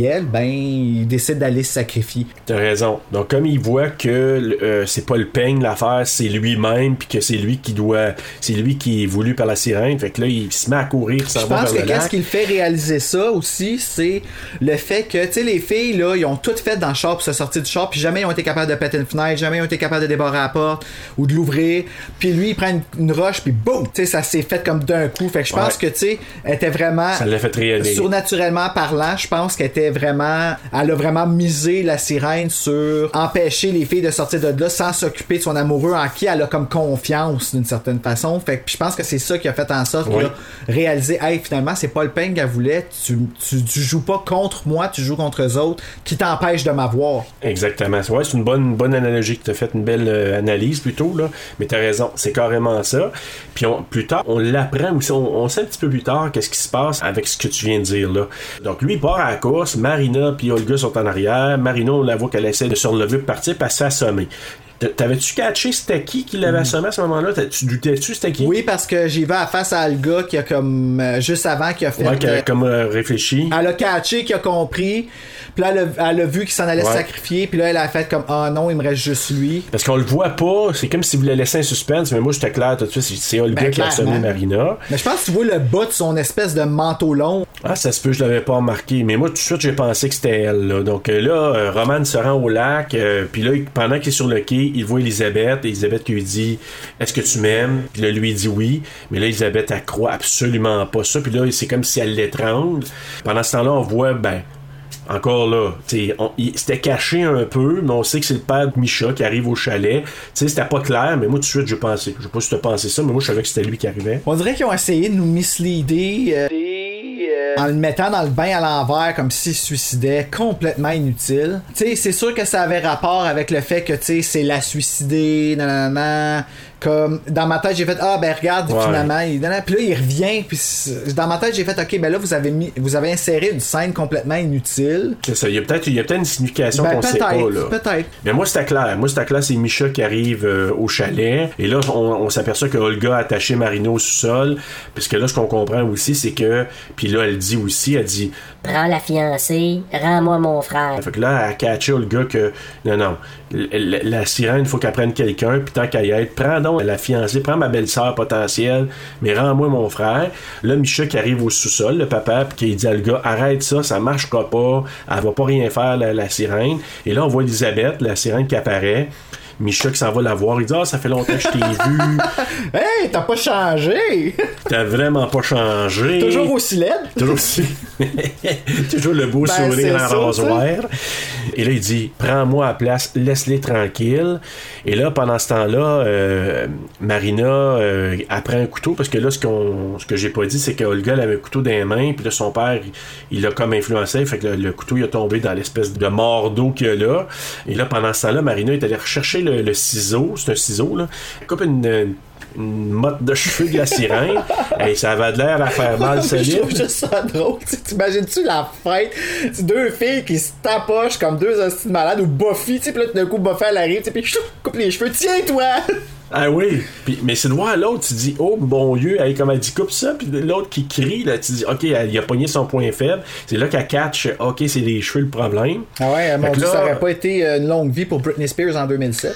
Ariel, ben, il décide d'aller se sacrifier. T'as raison. Donc, comme il voit que euh, c'est pas le peigne l'affaire, c'est lui-même, puis que c'est lui qui doit. C'est lui qui est voulu par la sirène. Fait que là, il se met à courir, s'en va vers le lac. Je pense que qu'est-ce qui le fait réaliser ça aussi, c'est le fait que, tu sais, les filles, là, ils ont tout fait dans le char pour se sortir du char, puis jamais ils ont été capables de péter une fenêtre, jamais ils ont été capables de débarrer la porte ou de l'ouvrir. Puis lui, il prend une, une roche, puis boum, tu sais, ça s'est fait comme d'un coup. Fait que je pense ouais. que, tu sais, elle était vraiment. Ça l'a fait réaliser. Surnaturellement parlant, je pense qu'elle était vraiment. Elle a vraiment misé la sirène sur empêcher les filles de sortir de là sans s'occuper de son amoureux en qui elle a comme confiance d'une certaine façon. Fait que je pense que c'est ça qui a fait en sorte oui. qu'elle a réalisé, hey, finalement, c'est pas le peigne qu'elle voulait. Tu, tu, tu joues pas contre moi, tu joues contre eux autres qui t'empêchent de m'avoir. Exactement. Ouais, c'est une bonne, une bonne analogie que t'as fait, une belle euh, analyse plutôt, là. Mais t'as raison, c'est carrément ça. Puis on, plus tard, on l'apprend aussi, on, on sait un petit peu plus tard qu'est-ce qui se passe avec ce que tu viens de dire là. Donc lui, il part à la course, Marina puis Olga sont en arrière. Marina, on la voit qu'elle essaie de se relever pour partir, puis elle se fait assommer. T'avais-tu catché c'était qui qui l'avait assommé à ce moment-là? Tu doutais-tu c'était qui? Oui, parce que j'y vais à face à Olga qui a comme euh, juste avant qui a fait. Ouais, qui a euh, comme euh, réfléchi. Elle a catché, qui a compris. Puis là, elle a, elle a vu qu'il s'en allait ouais. se sacrifier. Puis là, elle a fait comme ah oh, non, il me reste juste lui. Parce qu'on le voit pas. C'est comme s'il voulait laisser un suspense. Mais moi, j'étais clair tout de suite. C'est Olga ben, qui a assommé Marina. Mais je pense que tu vois le bas de son espèce de manteau long. Ah, ça se peut, je l'avais pas remarqué. Mais moi, tout de suite, j'ai pensé que c'était elle. Là. Donc là, euh, Roman se rend au lac. Euh, puis là, pendant qu'il est sur le quai, il voit Elisabeth. Et Elisabeth qui lui dit est-ce que tu m'aimes? Puis là lui il dit oui, mais là Elisabeth elle croit absolument pas ça, puis là c'est comme si elle l'étrangle. Pendant ce temps-là on voit ben encore là, t'sais, on, il, c'était caché un peu, mais on sait que c'est le père de Misha qui arrive au chalet. T'sais, c'était pas clair, mais moi tout de suite j'ai pensé, je sais pas si tu as pensé ça, mais moi je savais que c'était lui qui arrivait. On dirait qu'ils ont essayé de nous misleader euh, euh, en le mettant dans le bain à l'envers comme s'il se suicidait, complètement inutile. T'sais, c'est sûr que ça avait rapport avec le fait que t'sais, c'est la suicider, nanana. Comme dans ma tête j'ai fait ah ben regarde ouais. finalement il, puis là il revient puis dans ma tête j'ai fait ok ben là vous avez mis vous avez inséré une scène complètement inutile. C'est ça, il y a peut-être il y a peut-être une signification ben, qu'on sait pas là. Peut-être. Mais moi c'était clair, moi c'était clair, c'est Misha qui arrive euh, au chalet et là on, on s'aperçoit que Olga a attaché Marina au sous-sol parce que là ce qu'on comprend aussi c'est que puis là elle dit aussi elle dit prends la fiancée, rends-moi mon frère. Fait que là elle a catché Olga que non non la, la, la sirène il faut qu'elle prenne quelqu'un puis tant qu'à y être prends donc la fiancée, prends ma belle-sœur potentielle, mais rends-moi mon frère. Là, Misha qui arrive au sous-sol, le papa, puis qui dit à le gars, arrête ça, ça marchera pas, elle va pas rien faire, la, la sirène. Et là, on voit Elisabeth, la sirène qui apparaît. Misha qui s'en va la voir, il dit ah, ça fait longtemps que je t'ai vu. Hey, t'as pas changé. T'as vraiment pas changé. Toujours aussi laide. Toujours aussi. Toujours le beau ben, sourire en rasoir. Et là, il dit prends-moi à place, laisse-les tranquilles. Et là, pendant ce temps-là, euh, Marina euh, elle prend un couteau parce que là, ce, qu'on, ce que j'ai pas dit, c'est qu'Olga avait un couteau dans les mains, puis là, son père, il l'a comme influencé, fait que le, le couteau, il a tombé dans l'espèce de mordeau qu'il y a là. Et là, pendant ce temps-là, Marina est allée rechercher le, le ciseau, c'est un ciseau, là. Elle coupe une. une une motte de cheveux de la sirène. Hey, ça avait de l'air à faire mal solide. Je trouve juste ça drôle. T'imagines-tu la fête? C'est deux filles qui se tapochent comme deux hosties de malades ou Buffy, tu sais, puis là, tout d'un coup, Buffy, elle arrive, puis je coupe les cheveux. Tiens, toi! Ah oui, puis, mais c'est de voir l'autre, tu dis, oh bon Dieu, elle, comme elle dit, coupe ça, puis l'autre qui crie, là, tu dis, ok, elle, il a pogné son point faible. C'est là qu'elle catch, ok, c'est les cheveux le problème. Ah ouais, mon Dieu, là, ça aurait pas été une longue vie pour Britney Spears en deux mille sept.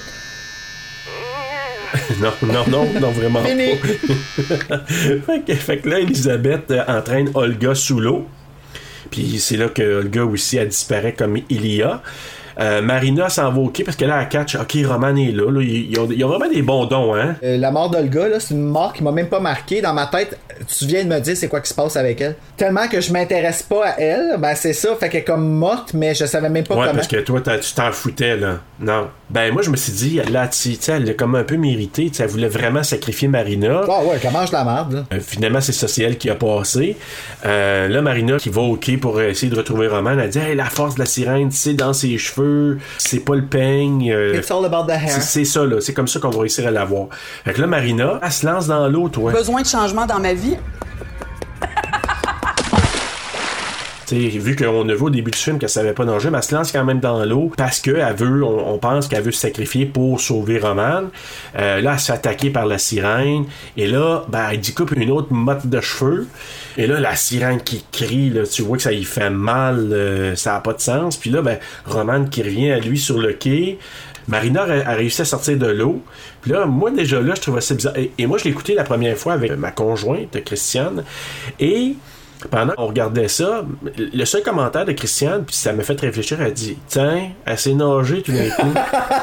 non, non, non, non, vraiment pas. fait, que, fait que là, Elisabeth entraîne Olga sous l'eau. Puis c'est là que Olga aussi, elle disparaît comme Ilia. Euh, Marina s'en va au quai parce que là, elle catch, ok, Roman est là. là il, il, a, il a vraiment des bons dons, hein. Euh, la mort d'Olga, là, c'est une mort qui m'a même pas marqué. Dans ma tête, tu viens de me dire c'est quoi qui se passe avec elle. Tellement que je m'intéresse pas à elle, ben c'est ça, fait qu'elle est comme morte, mais je savais même pas ouais, comment. Ouais, parce que toi, tu t'en foutais, là. Non. Ben, moi, je me suis dit, là, tu sais, elle l'a comme un peu mérité. Elle voulait vraiment sacrifier Marina. Ah ouais, qu'elle mange la merde. Euh, finalement, c'est ça, c'est elle qui a passé. Euh, là, Marina, qui va au quai pour essayer de retrouver Roman, elle dit, hey, la force de la sirène, c'est dans ses cheveux, c'est pas le peigne. Euh, It's all about the hair. C'est, c'est ça, là. C'est comme ça qu'on va réussir à l'avoir. Fait que là, Marina, elle se lance dans l'eau, toi. Besoin de changement dans ma vie. T'sais, vu qu'on a vu au début du film qu'elle savait pas nager, mais elle se lance quand même dans l'eau parce qu'elle veut, on, on pense qu'elle veut se sacrifier pour sauver Roman. Euh, là, elle se fait attaquer par la sirène. Et là, ben, elle découpe une autre motte de cheveux. Et là, la sirène qui crie, là, tu vois que ça y fait mal, euh, ça n'a pas de sens. Puis là, ben, Roman qui revient à lui sur le quai. Marina a, a réussi à sortir de l'eau. Puis là, moi, déjà là, je trouvais ça bizarre. Et, et moi, je l'ai écouté la première fois avec ma conjointe, Christiane. Et pendant qu'on regardait ça, le seul commentaire de Christiane, puis ça m'a fait réfléchir, elle dit « Tiens, elle s'est nagée tout d'un coup. »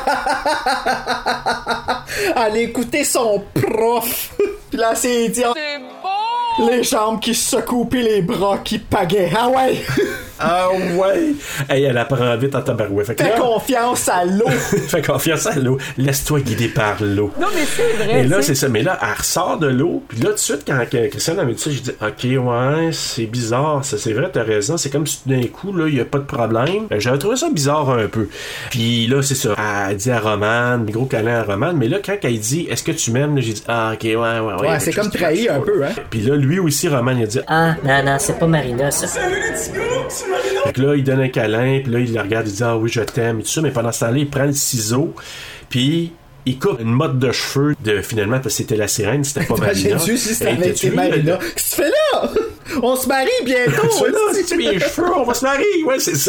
Elle a écouté son prof. Puis là, c'est dit... C'est beau! Les jambes qui se secouent, puis les bras qui pagaient. Ah ouais! Ah ouais! Hey, elle apprend vite en tabarouette. Fait, Fais là, confiance à l'eau! Fais confiance à l'eau. Laisse-toi guider par l'eau. Non, mais c'est vrai. Et là, t'sais. c'est ça. Mais là, elle ressort de l'eau. Puis là, tout de suite, quand Christiane a mis ça, j'ai dit, OK, ouais, c'est bizarre. Ça, c'est vrai, t'as raison. C'est comme si tout d'un coup, là, il n'y a pas de problème. J'avais trouvé ça bizarre un peu. Puis là, c'est ça. Elle dit à Roman, gros câlin à Roman. Mais là, quand elle dit, est-ce que tu m'aimes? J'ai dit, ah, OK, ouais, ouais, ouais. Ouais, c'est comme trahi un peu, hein. Puis là, lui aussi, Roman, il a dit, Ah, non, non, c'est pas Marina, ça. fait que là, il donne un câlin, puis là, il le regarde, il dit « Ah oui, je t'aime » et tout ça, mais pendant ce temps-là, il prend le ciseau, puis il coupe une motte de cheveux de, finalement, parce que c'était la sirène, c'était pas Marina. J'ai dû si c'était Hey, avec t'as-tu vu, Marina. là? Qu'est-ce que tu fais là? On se marie bientôt! Ça, là, c'est mes cheveux, on va se marier, ouais, c'est ça.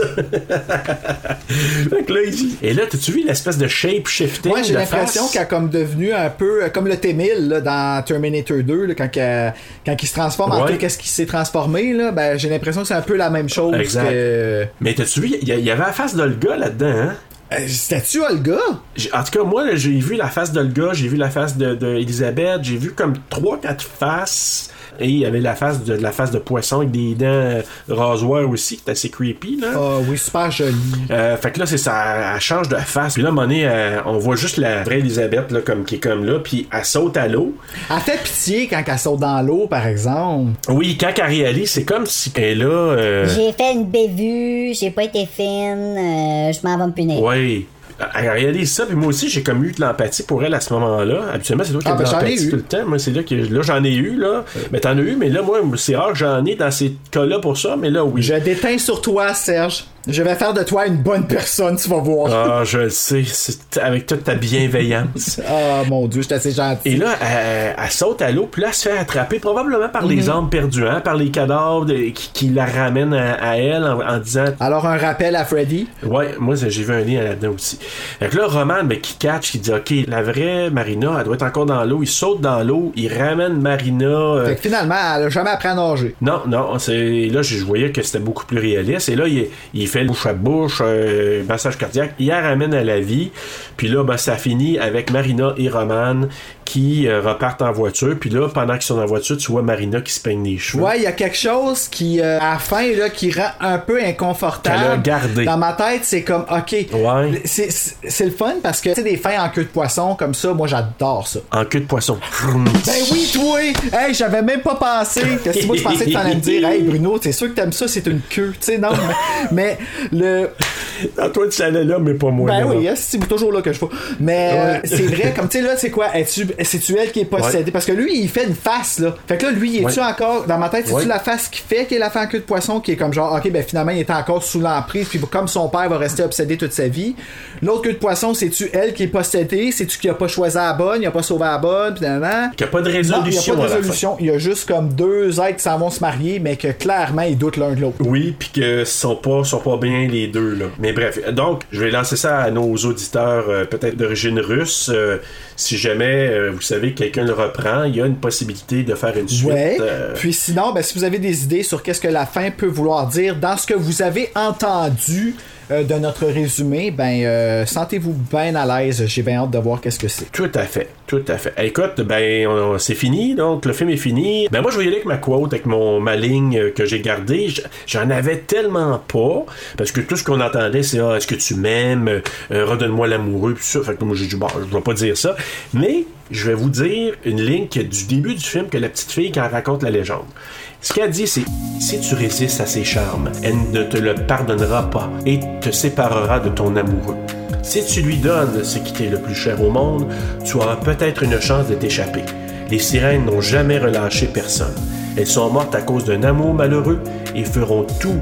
Fait que là, il dit... Et là, t'as-tu vu l'espèce de shape-shifting? Moi, j'ai de l'impression face? qu'elle a comme devenu un peu euh, comme le T mille là, dans Terminator deux, là, quand, qu'elle- quand il se transforme en Ouais. tout, qu'est-ce qui s'est transformé, là, ben, j'ai l'impression que c'est un peu la même chose. Exact. Que... Mais t'as-tu vu, il y, y avait la face d'Olga là-dedans, hein? Euh, C'était-tu Olga? J'ai- En tout cas, moi, là, j'ai vu la face d'Olga, j'ai vu la face de, de Elisabeth, j'ai vu comme trois, quatre faces. Et il y avait la face de, de la face de poisson avec des dents euh, rasoirs aussi, qui est assez creepy, là. Ah oui, super joli. Euh, fait que là, c'est ça, elle change de face. Puis là, à un moment donné, euh, on voit juste la vraie Elisabeth, là, comme, qui est comme là, puis elle saute à l'eau. Elle fait pitié quand elle saute dans l'eau, par exemple. Oui, quand elle réalise, c'est comme si elle est là... Euh... J'ai fait une bévue, j'ai pas été fine, euh, je m'en vais me punir. Ouais. Elle réalise ça, puis moi aussi, j'ai comme eu de l'empathie pour elle à ce moment-là. Habituellement, c'est toi qui Ah, as ben, de j'en ai l'empathie eu. tout le temps. Moi, c'est là que là, j'en ai eu, là. Mais t'en as eu, mais là, moi, c'est rare que j'en ai dans ces cas-là pour ça, mais là, oui. Je déteins sur toi, Serge. Je vais faire de toi une bonne personne, tu vas voir. Ah, je le sais. C'est avec toute ta bienveillance. Ah, mon Dieu, je suis assez gentil. Et là, elle, elle saute à l'eau, puis là, elle se fait attraper probablement par les Mhm. âmes perdues, hein, par les cadavres de- qui, qui la ramènent à, à elle en, en disant... Alors, un rappel à Freddy. Ouais, moi, j'ai vu un lien là-dedans aussi. Fait que là, Roman, ben, qui catch, qui dit, OK, la vraie Marina, elle doit être encore dans l'eau. Il saute dans l'eau, il ramène Marina... euh, Fait que finalement, elle a jamais appris à nager. Non, non, c'est là je je voyais que c'était beaucoup plus réaliste. Et là, il, il fait bouche à bouche, euh, massage cardiaque, il la ramène à la vie. Puis là, ben, ça finit avec Marina et Roman qui euh, repartent en voiture. Puis là, pendant qu'ils sont en voiture, tu vois Marina qui se peigne les cheveux. Ouais, il y a quelque chose qui, euh, à la fin, là, qui rend un peu inconfortable. Qu'elle a gardé. Dans ma tête, c'est comme, OK. Ouais. C'est, c'est, c'est le fun parce que, tu sais, des fins en queue de poisson comme ça, moi, j'adore ça. En queue de poisson. Ben oui, toi! Hey, j'avais même pas pensé. Qu'est-ce que moi, je pensais que t'allais me dire, hey, Bruno, c'est sûr que t'aimes ça, c'est une queue. Tu sais, non, mais, mais le. Non, toi, tu allais là, mais pas moi. Ben là. oui, hein, c'est toujours là que je fais. Mais euh, Ouais. c'est vrai, comme tu sais, là, c'est quoi? Es-tu, c'est-tu elle qui est possédée? Ouais. Parce que lui, il fait une face, là. Fait que là, lui, il est-tu Ouais. encore, dans ma tête, c'est-tu Ouais. la face qui fait qu'il est la fin en queue de poisson, qui est comme genre, ok, ben finalement, il était encore sous l'emprise, puis comme son père va rester obsédé toute sa vie. L'autre queue de poisson, c'est-tu elle qui est possédée? C'est-tu qui a pas choisi la bonne? Il a pas sauvé la bonne? Puis nan, nan. Qu'il n'y a pas de Non, il résolution. n'y a pas de à la fin. résolution. Il y a juste comme deux êtres qui s'en vont se marier, mais que clairement, ils doutent l'un de l'autre. Oui, puis que sont pas, sont pas bien les deux, là. Mais bref, donc, je vais lancer ça à nos auditeurs, euh, peut-être d'origine russe. Euh, si jamais, euh, vous savez, quelqu'un le reprend, il y a une possibilité de faire une suite. Ouais. euh, Puis sinon, ben, si vous avez des idées sur qu'est-ce que la fin peut vouloir dire dans ce que vous avez entendu euh, de notre résumé, ben euh, sentez-vous bien à l'aise. J'ai bien hâte de voir qu'est-ce que c'est. Tout à fait, tout à fait. Écoute, ben, on- c'est fini, donc le film est fini. Ben, moi, je vais y aller avec ma quote, avec mon, ma ligne euh, que j'ai gardée. J- J'en avais tellement pas, parce que tout ce qu'on entendait, c'est ah, est-ce que tu m'aimes, Euh, redonne-moi l'amoureux, puis ça. Fait que moi, j'ai dit, bon, je vais pas dire ça. Mais, je vais vous dire une ligne qui est du début du film que la petite fille, quand elle raconte la légende. Ce qu'elle dit, c'est si tu résistes à ses charmes, elle ne te le pardonnera pas et te séparera de ton amoureux. Si tu lui donnes ce qui t'est le plus cher au monde, tu auras peut-être une chance de t'échapper. Les sirènes n'ont jamais relâché personne. Elles sont mortes à cause d'un amour malheureux et feront tout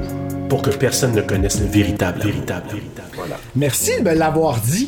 pour que personne ne connaisse le véritable, véritable, véritable. Voilà. Merci de me l'avoir dit.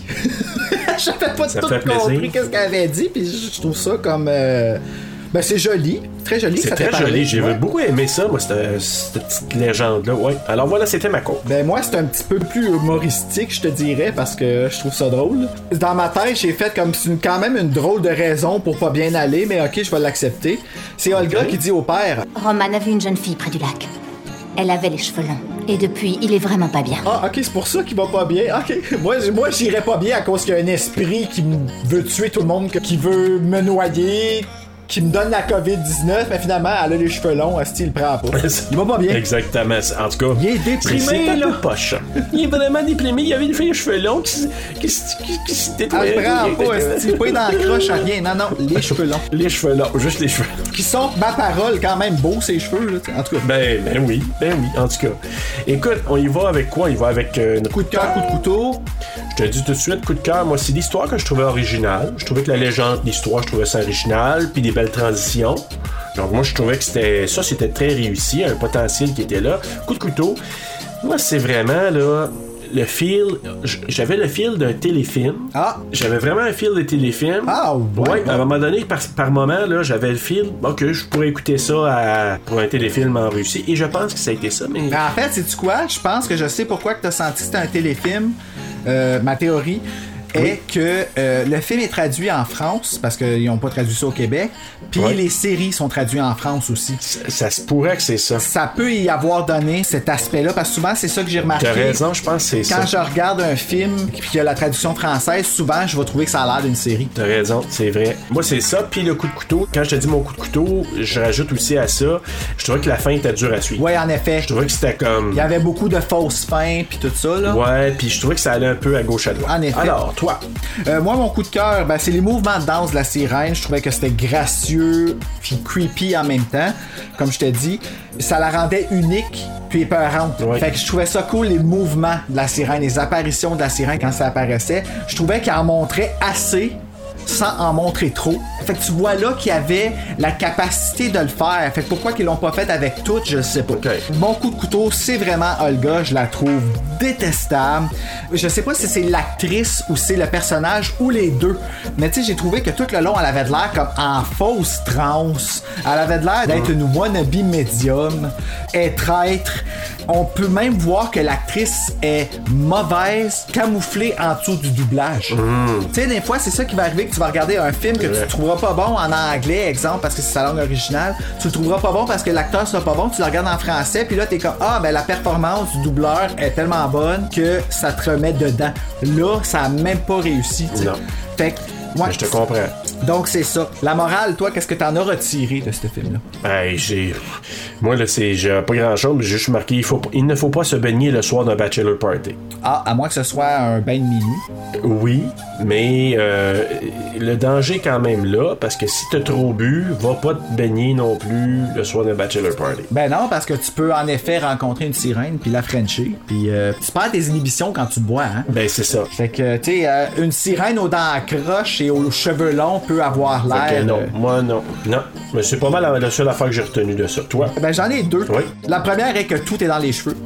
J'avais pas Ça tout fait compris plaisir. qu'est-ce qu'elle avait dit, puis je trouve ça comme... euh, Ben, c'est joli. Très joli. C'est ça très fait parler. joli. J'ai Ouais. beaucoup aimé ça, moi, cette, cette petite légende-là. Ouais. Alors voilà, c'était ma course. Ben moi c'est un petit peu plus humoristique je te dirais parce que je trouve ça drôle. Dans ma tête j'ai fait comme c'est une- quand même une drôle de raison pour pas bien aller mais ok je vais l'accepter. C'est Olga Ok. qui dit au père Roman a vu une jeune fille près du lac. Elle avait les cheveux longs. Et depuis, il est vraiment pas bien. ah ok c'est pour ça qu'il va pas bien. Ok moi j- moi j'irais pas bien à cause qu'il y a un esprit qui me veut tuer tout le monde que- qui veut me noyer qui me donne la covid dix-neuf mais finalement elle a les cheveux longs asti il le prend pas. Il va pas bien. Exactement. En tout cas, Il est déprimé, c'est un là. peu poche. Il est vraiment déprimé. Il avait une fille aux cheveux longs qui, s- qui, s- qui, qui s'était Elle le prend pas asti pas dans la croche à rien non non les cheveux longs Les cheveux longs, juste les cheveux. qui sont ma parole quand même beaux ses cheveux là, t'sais. En tout cas Ben, ben oui, ben oui, en tout cas. Écoute, on y va avec quoi? On y va avec euh, notre coup de cœur coup de couteau. Je te dis tout de suite, coup de cœur, moi, c'est l'histoire que je trouvais originale. Je trouvais que la légende, l'histoire, je trouvais ça original, puis des belles transitions. Donc moi, je trouvais que c'était ça, c'était très réussi, un potentiel qui était là. Coup de couteau, moi, c'est vraiment, là, le feel... j- J'avais le feel d'un téléfilm. Ah! J'avais vraiment un feel de téléfilm. Ah, ouais. Ouais, à un moment donné, par, par moment, là, j'avais le feel, ok, je pourrais écouter ça à- pour un téléfilm en Russie, et je pense que ça a été ça, mais... Mais en fait, sais-tu quoi? Je pense que je sais pourquoi que t'as senti que c'était un téléfilm. Euh, ma théorie est que euh, le film est traduit en France, parce qu'ils n'ont pas traduit ça au Québec, puis Ouais. les séries sont traduites en France aussi. Ça, ça se pourrait que c'est ça. Ça peut y avoir donné cet aspect-là, parce que souvent, c'est ça que j'ai remarqué. T'as raison, je pense que c'est Quand ça. je regarde un film puis qu'il y a la traduction française, souvent, je vais trouver que ça a l'air d'une série. T'as raison, c'est vrai. Moi, c'est ça, puis le coup de couteau. Quand je te dis mon coup de couteau, je rajoute aussi à ça, je trouvais que la fin était dure à suivre. Ouais, en effet. Je trouvais que c'était comme... Il y avait beaucoup de fausses fins puis tout ça, là. Ouais, puis je trouvais que ça allait un peu à gauche à droite. En effet. Alors, toi, Euh, moi, mon coup de cœur, ben, c'est les mouvements de danse de la sirène. Je trouvais que c'était gracieux puis creepy en même temps. Comme je t'ai dit, ça la rendait unique puis épeurante. Ouais. Fait que je trouvais ça cool, les mouvements de la sirène, les apparitions de la sirène quand ça apparaissait. Je trouvais qu'elle en montrait assez sans en montrer trop. Fait que tu vois là qu'il y avait la capacité de le faire. Fait que pourquoi qu'ils l'ont pas fait avec toutes, je sais pas. Ok. Mon coup de couteau, c'est vraiment Olga. Je la trouve détestable. Je sais pas si c'est l'actrice ou c'est le personnage ou les deux. Mais tu sais, j'ai trouvé que tout le long, elle avait de l'air comme en fausse transe. Elle avait de l'air d'être une wannabe médium, être traître. On peut même voir que l'actrice est mauvaise, camouflée en dessous du doublage. Tu sais, des fois, c'est ça qui va arriver, que tu vas regarder un film que Ouais. tu trouveras pas bon en anglais, exemple, parce que c'est sa langue originale. Tu le trouveras pas bon parce que l'acteur sera pas bon. Tu le regardes en français, puis là, t'es comme, ah, ben la performance du doubleur est tellement bonne que ça te remet dedans. Là, ça a même pas réussi, tu sais. Non. Fait que, ouais. je te comprends. Donc, c'est ça. La morale, toi, qu'est-ce que t'en as retiré de ce film-là? Ben, j'ai... Moi, là, c'est... J'ai pas grand-chose, mais j'ai juste marqué, il, faut... il ne faut pas se baigner le soir d'un bachelor party. Ah, à moins que ce soit un bain de minuit. Oui, mais euh, le danger est quand même là, parce que si t'as trop bu, va pas te baigner non plus le soir d'un bachelor party. Ben non, parce que tu peux en effet rencontrer une sirène puis la frencher, puis euh, tu perds tes inhibitions quand tu bois, hein? Ben, c'est ça. Fait que, tu sais, euh, une sirène aux dents croches et aux cheveux longs peut avoir Fait l'air... que non, euh, moi non. Non, mais c'est pas mal la, la seule affaire que j'ai retenue de ça. Toi? Ben j'en ai deux. Oui. La première est que tout est dans les cheveux.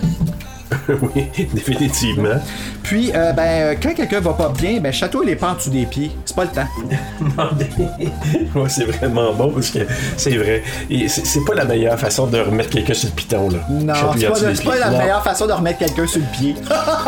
Oui, définitivement. Puis, euh, ben, euh, quand quelqu'un va pas bien, ben, chatouille les pas en dessous des pieds. C'est pas le temps. Ouais, c'est vraiment bon parce que c'est vrai. Et c'est, c'est pas la meilleure façon de remettre quelqu'un sur le piton, là. Non, Chatouiller c'est en pas, dessous des c'est pas pieds. la Non. meilleure façon de remettre quelqu'un sur le pied.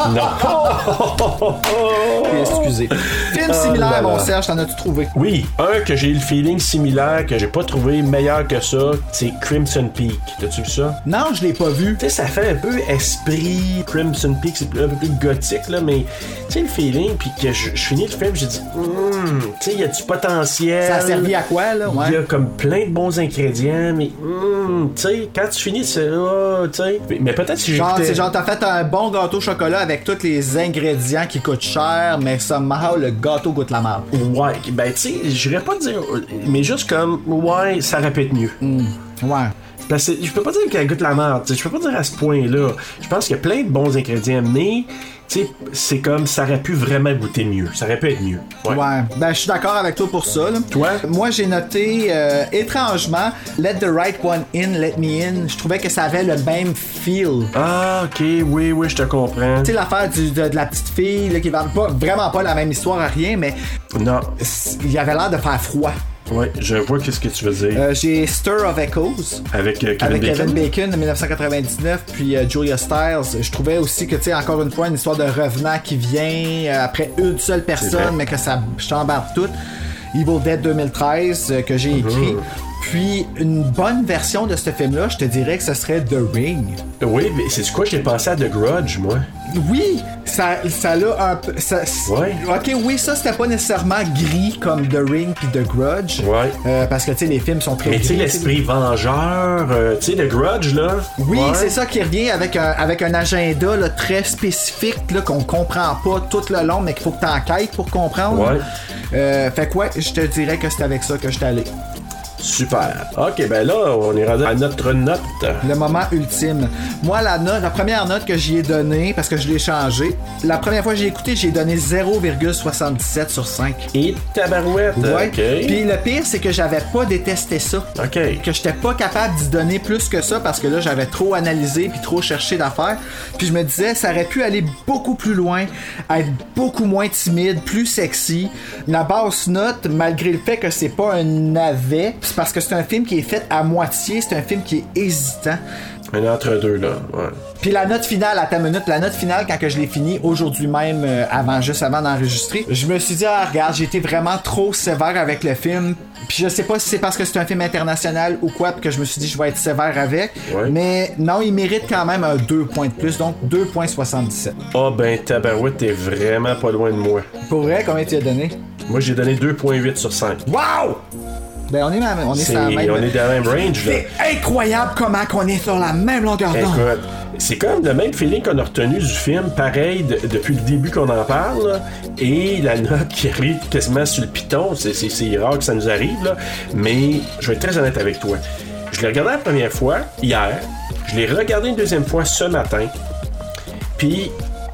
Non. Excusez. Film Oh similaire, là là. mon Serge, t'en as-tu trouvé? Oui, un que j'ai eu le feeling similaire, que j'ai pas trouvé meilleur que ça, c'est Crimson Peak. T'as-tu vu ça? Non, je l'ai pas vu. Tu sais, ça fait un peu esprit Crimson Peak, c'est un peu plus gothique, là, mais tu sais, le feeling, puis que je, je finis le film, j'ai dit, hum, tu sais, il y a du potentiel. Ça a servi à quoi, là? Ouais. Il y a comme plein de bons ingrédients, mais hum, tu sais, quand tu finis, c'est là, tu sais. Mais peut-être si Genre, j'écoutais... c'est genre, t'as fait un bon gâteau au chocolat avec tous les ingrédients qui coûtent cher, mais somehow, le gâteau goûte la marde. Ouais, ben tu sais, j'irais pas dire, mais juste comme, ouais, ça aurait pu être mieux. Ouais. Parce que je peux pas dire qu'elle goûte la merde, je peux pas dire à ce point-là. Je pense qu'il y a plein de bons ingrédients, mais t'sais, c'est comme ça aurait pu vraiment goûter mieux. Ça aurait pu être mieux. Ouais. ouais. Ben, je suis d'accord avec toi pour ça. Là. Toi? Moi, j'ai noté, euh, étrangement, Let the Right One In, Let Me In. Je trouvais que ça avait le même feel. Ah, ok, oui, oui, je te comprends. Tu sais, l'affaire du, de, de la petite fille là, qui va pas vraiment pas la même histoire à rien, mais. Non. Il avait l'air de faire froid. Oui, je vois qu'est-ce que tu veux dire. Euh, j'ai Stir of Echoes. Avec euh, Kevin avec Bacon. Kevin Bacon de dix-neuf cent quatre-vingt-dix-neuf, puis euh, Julia Stiles. Je trouvais aussi que, tu sais, encore une fois, une histoire de revenant qui vient euh, après une seule personne, mais que ça chambarde tout. Evil Dead deux mille treize, euh, que j'ai écrit. Mm-hmm. Puis, une bonne version de ce film-là, je te dirais que ce serait The Ring. Oui, mais c'est quoi? J'ai pensé à The Grudge, moi. Oui, ça, ça l'a un peu... Ça, ouais. Ok, oui, ça, c'était pas nécessairement gris comme The Ring puis The Grudge. Ouais. Euh, parce que, tu sais, les films sont très mais gris. Mais tu sais, l'esprit vengeur, euh, tu sais, The Grudge, là. Oui, ouais. c'est ça qui revient avec un, avec un agenda là, très spécifique là, qu'on comprend pas tout le long, mais qu'il faut que t'enquêtes pour comprendre. Ouais. Euh, fait que, ouais, je te dirais que c'est avec ça que je suis allé. Super. Ok, ben là, on est rendu à notre note. Le moment ultime. Moi, la note, la première note que j'y ai donnée, parce que je l'ai changée, la première fois que j'ai écouté, j'ai donné zéro virgule soixante-dix-sept sur cinq. Et tabarouette. Ouais. Ok. Puis le pire, c'est que j'avais pas détesté ça. Ok. Que j'étais pas capable d'y donner plus que ça parce que là, j'avais trop analysé puis trop cherché d'affaires. Puis je me disais, ça aurait pu aller beaucoup plus loin, être beaucoup moins timide, plus sexy. La basse note, malgré le fait que c'est pas un navet, c'est parce que c'est un film qui est fait à moitié, c'est un film qui est hésitant. Un entre-deux, là, ouais. Puis la note finale, à ta minute, la note finale, quand que je l'ai fini, aujourd'hui même, euh, avant, juste avant d'enregistrer, je me suis dit, ah, regarde, j'ai été vraiment trop sévère avec le film. Puis je sais pas si c'est parce que c'est un film international ou quoi, puis que je me suis dit, je vais être sévère avec. Ouais. Mais non, il mérite quand même un deux points de plus, donc deux virgule soixante-dix-sept. Ah, oh, ben, tabarouette, t'es vraiment pas loin de moi. Pour vrai, combien tu as donné? Moi, j'ai donné deux virgule huit sur cinq. Wow! Ben, on est, même, on est, c'est, sur la même... on est dans la même range, là. C'est incroyable comment qu'on est sur la même longueur d'onde. Écoute, c'est comme le même feeling qu'on a retenu du film, pareil, de, depuis le début qu'on en parle, là, et la note qui arrive quasiment sur le piton, c'est, c'est, c'est rare que ça nous arrive, là, mais je vais être très honnête avec toi. Je l'ai regardé la première fois, hier, je l'ai regardé une deuxième fois ce matin, puis...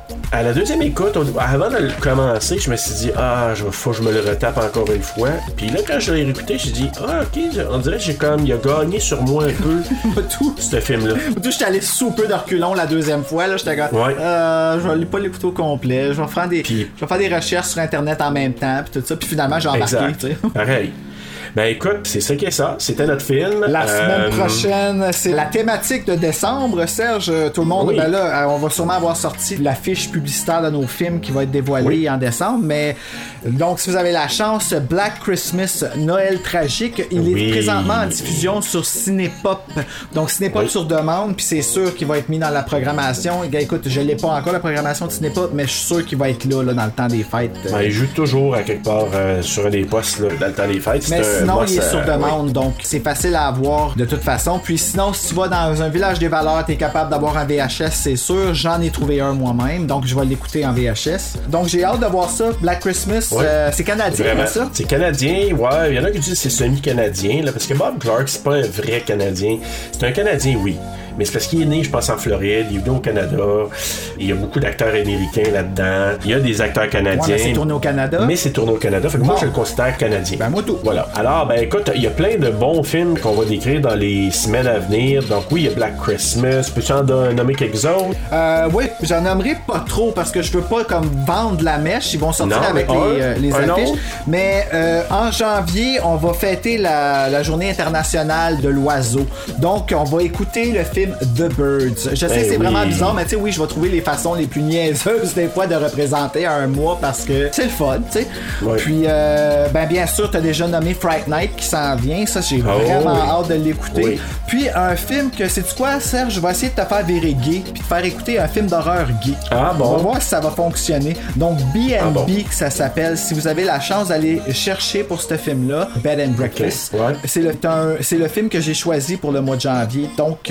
À la deuxième écoute, on, avant de le commencer, je me suis dit, ah, je faut que je me le retape encore une fois. Puis là, quand je l'ai réécouté, j'ai dit, ah, ok, on dirait que j'ai comme, il a gagné sur moi un peu, tout ce film-là. Tout, j'étais allé sous peu de reculons la deuxième fois, là, j'étais comme, ouais. euh, je vais pas l'écouter au complet, je vais faire des, puis, je vais faire des recherches sur Internet en même temps, puis tout ça, puis finalement, j'ai embarqué, tu sais. Pareil. Ben écoute, c'est ça qui est ça. C'était notre film. La euh... semaine prochaine, c'est la thématique de décembre, Serge. Tout le monde, oui. Ben là, on va sûrement avoir sorti l'affiche publicitaire de nos films qui va être dévoilée oui. en décembre. Mais donc, si vous avez la chance, Black Christmas, Noël tragique, il oui. est présentement en diffusion sur Cinépop. Donc, Cinépop oui. sur demande, puis c'est sûr qu'il va être mis dans la programmation. Et, écoute, je l'ai pas encore la programmation de Cinépop, mais je suis sûr qu'il va être là, là dans le temps des fêtes. Ben, il joue toujours à quelque part euh, sur un des postes là, dans le temps des fêtes. Mais c'est sinon, moi, il est ça, sur demande, oui. donc c'est facile à avoir de toute façon. Puis sinon, si tu vas dans un village des valeurs, t'es capable d'avoir un V H S, c'est sûr. J'en ai trouvé un moi-même, donc je vais l'écouter en V H S. Donc j'ai hâte de voir ça. Black Christmas, oui. euh, c'est canadien, vraiment. Ça? C'est canadien, ouais. Il y en a qui disent que c'est semi-canadien, là, parce que Bob Clark, c'est pas un vrai Canadien. C'est un Canadien, oui. Mais c'est parce qu'il est né, je pense, en Floride, il est venu au Canada. Il y a beaucoup d'acteurs américains là-dedans. Il y a des acteurs canadiens. Ouais, mais c'est tourné au Canada. Mais c'est tourné au Canada. Fait que bon. Moi, je le considère canadien. Ben, moi, tout. Voilà. Alors, ben, écoute, il y a plein de bons films qu'on va décrire dans les semaines à venir. Donc, oui, il y a Black Christmas. Peux-tu en nommer quelques autres? Euh, oui, j'en nommerai pas trop parce que je veux pas, comme, vendre la mèche. Ils vont sortir non, avec les, un, euh, les affiches. Autre. Mais, euh, en janvier, on va fêter la, la journée internationale de l'oiseau. Donc, on va écouter le film The Bird. Je sais ben que c'est oui. vraiment bizarre, mais tu sais, oui, je vais trouver les façons les plus niaiseuses des fois de représenter un mois parce que c'est le fun, tu sais. Ouais. Puis, euh, ben bien sûr, t'as déjà nommé Fright Night qui s'en vient. Ça, j'ai oh, vraiment oui. hâte de l'écouter. Oui. Puis, un film que, sais-tu quoi, Serge, je vais essayer de te faire virer gay puis de faire écouter un film d'horreur gay. Ah bon? On va voir si ça va fonctionner. Donc, B and B, ah, bon. que ça s'appelle. Si vous avez la chance d'aller chercher pour ce film-là, Bed and Breakfast, okay. ouais. c'est, le, un, c'est le film que j'ai choisi pour le mois de janvier. Donc, euh, si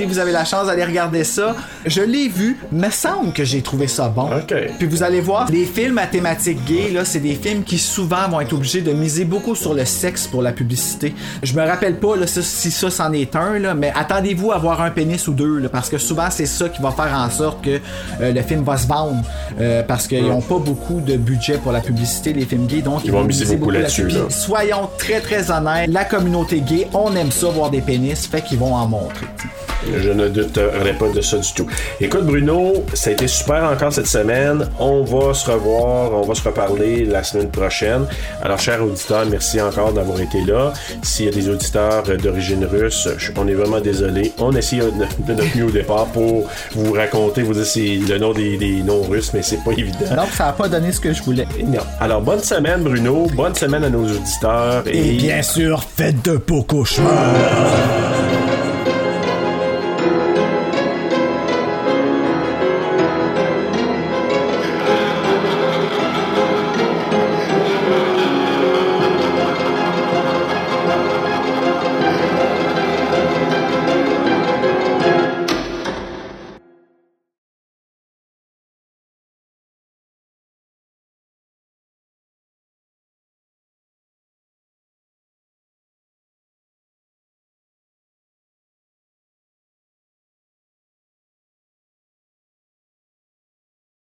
vous avez la chance d'aller regarder ça. Je l'ai vu, me semble que j'ai trouvé ça bon. Okay. Puis vous allez voir, les films à thématique gay, là, c'est des films qui souvent vont être obligés de miser beaucoup sur le sexe pour la publicité. Je me rappelle pas là, si ça c'en est un, là, mais attendez-vous à voir un pénis ou deux, là, parce que souvent c'est ça qui va faire en sorte que euh, le film va se vendre, euh, parce qu'ils n'ont pas beaucoup de budget pour la publicité, les films gays, donc ils, ils vont miser beaucoup, beaucoup là-dessus. là-dessus. Là. Soyons très très honnêtes, la communauté gay, on aime ça voir des pénis, fait qu'ils vont en montrer. Je ne douterai pas de ça du tout. Écoute Bruno, ça a été super encore cette semaine. On va se revoir, on va se reparler la semaine prochaine. Alors, chers auditeurs, merci encore d'avoir été là. S'il y a des auditeurs d'origine russe, on est vraiment désolé. On essaye de notre mieux au départ pour vous raconter, vous dire c'est le nom des, des noms russes, mais c'est pas évident. Donc, ça n'a pas donné ce que je voulais. Non. Alors, bonne semaine Bruno, bonne semaine à nos auditeurs. Et, et bien sûr, faites de beaux cauchemars.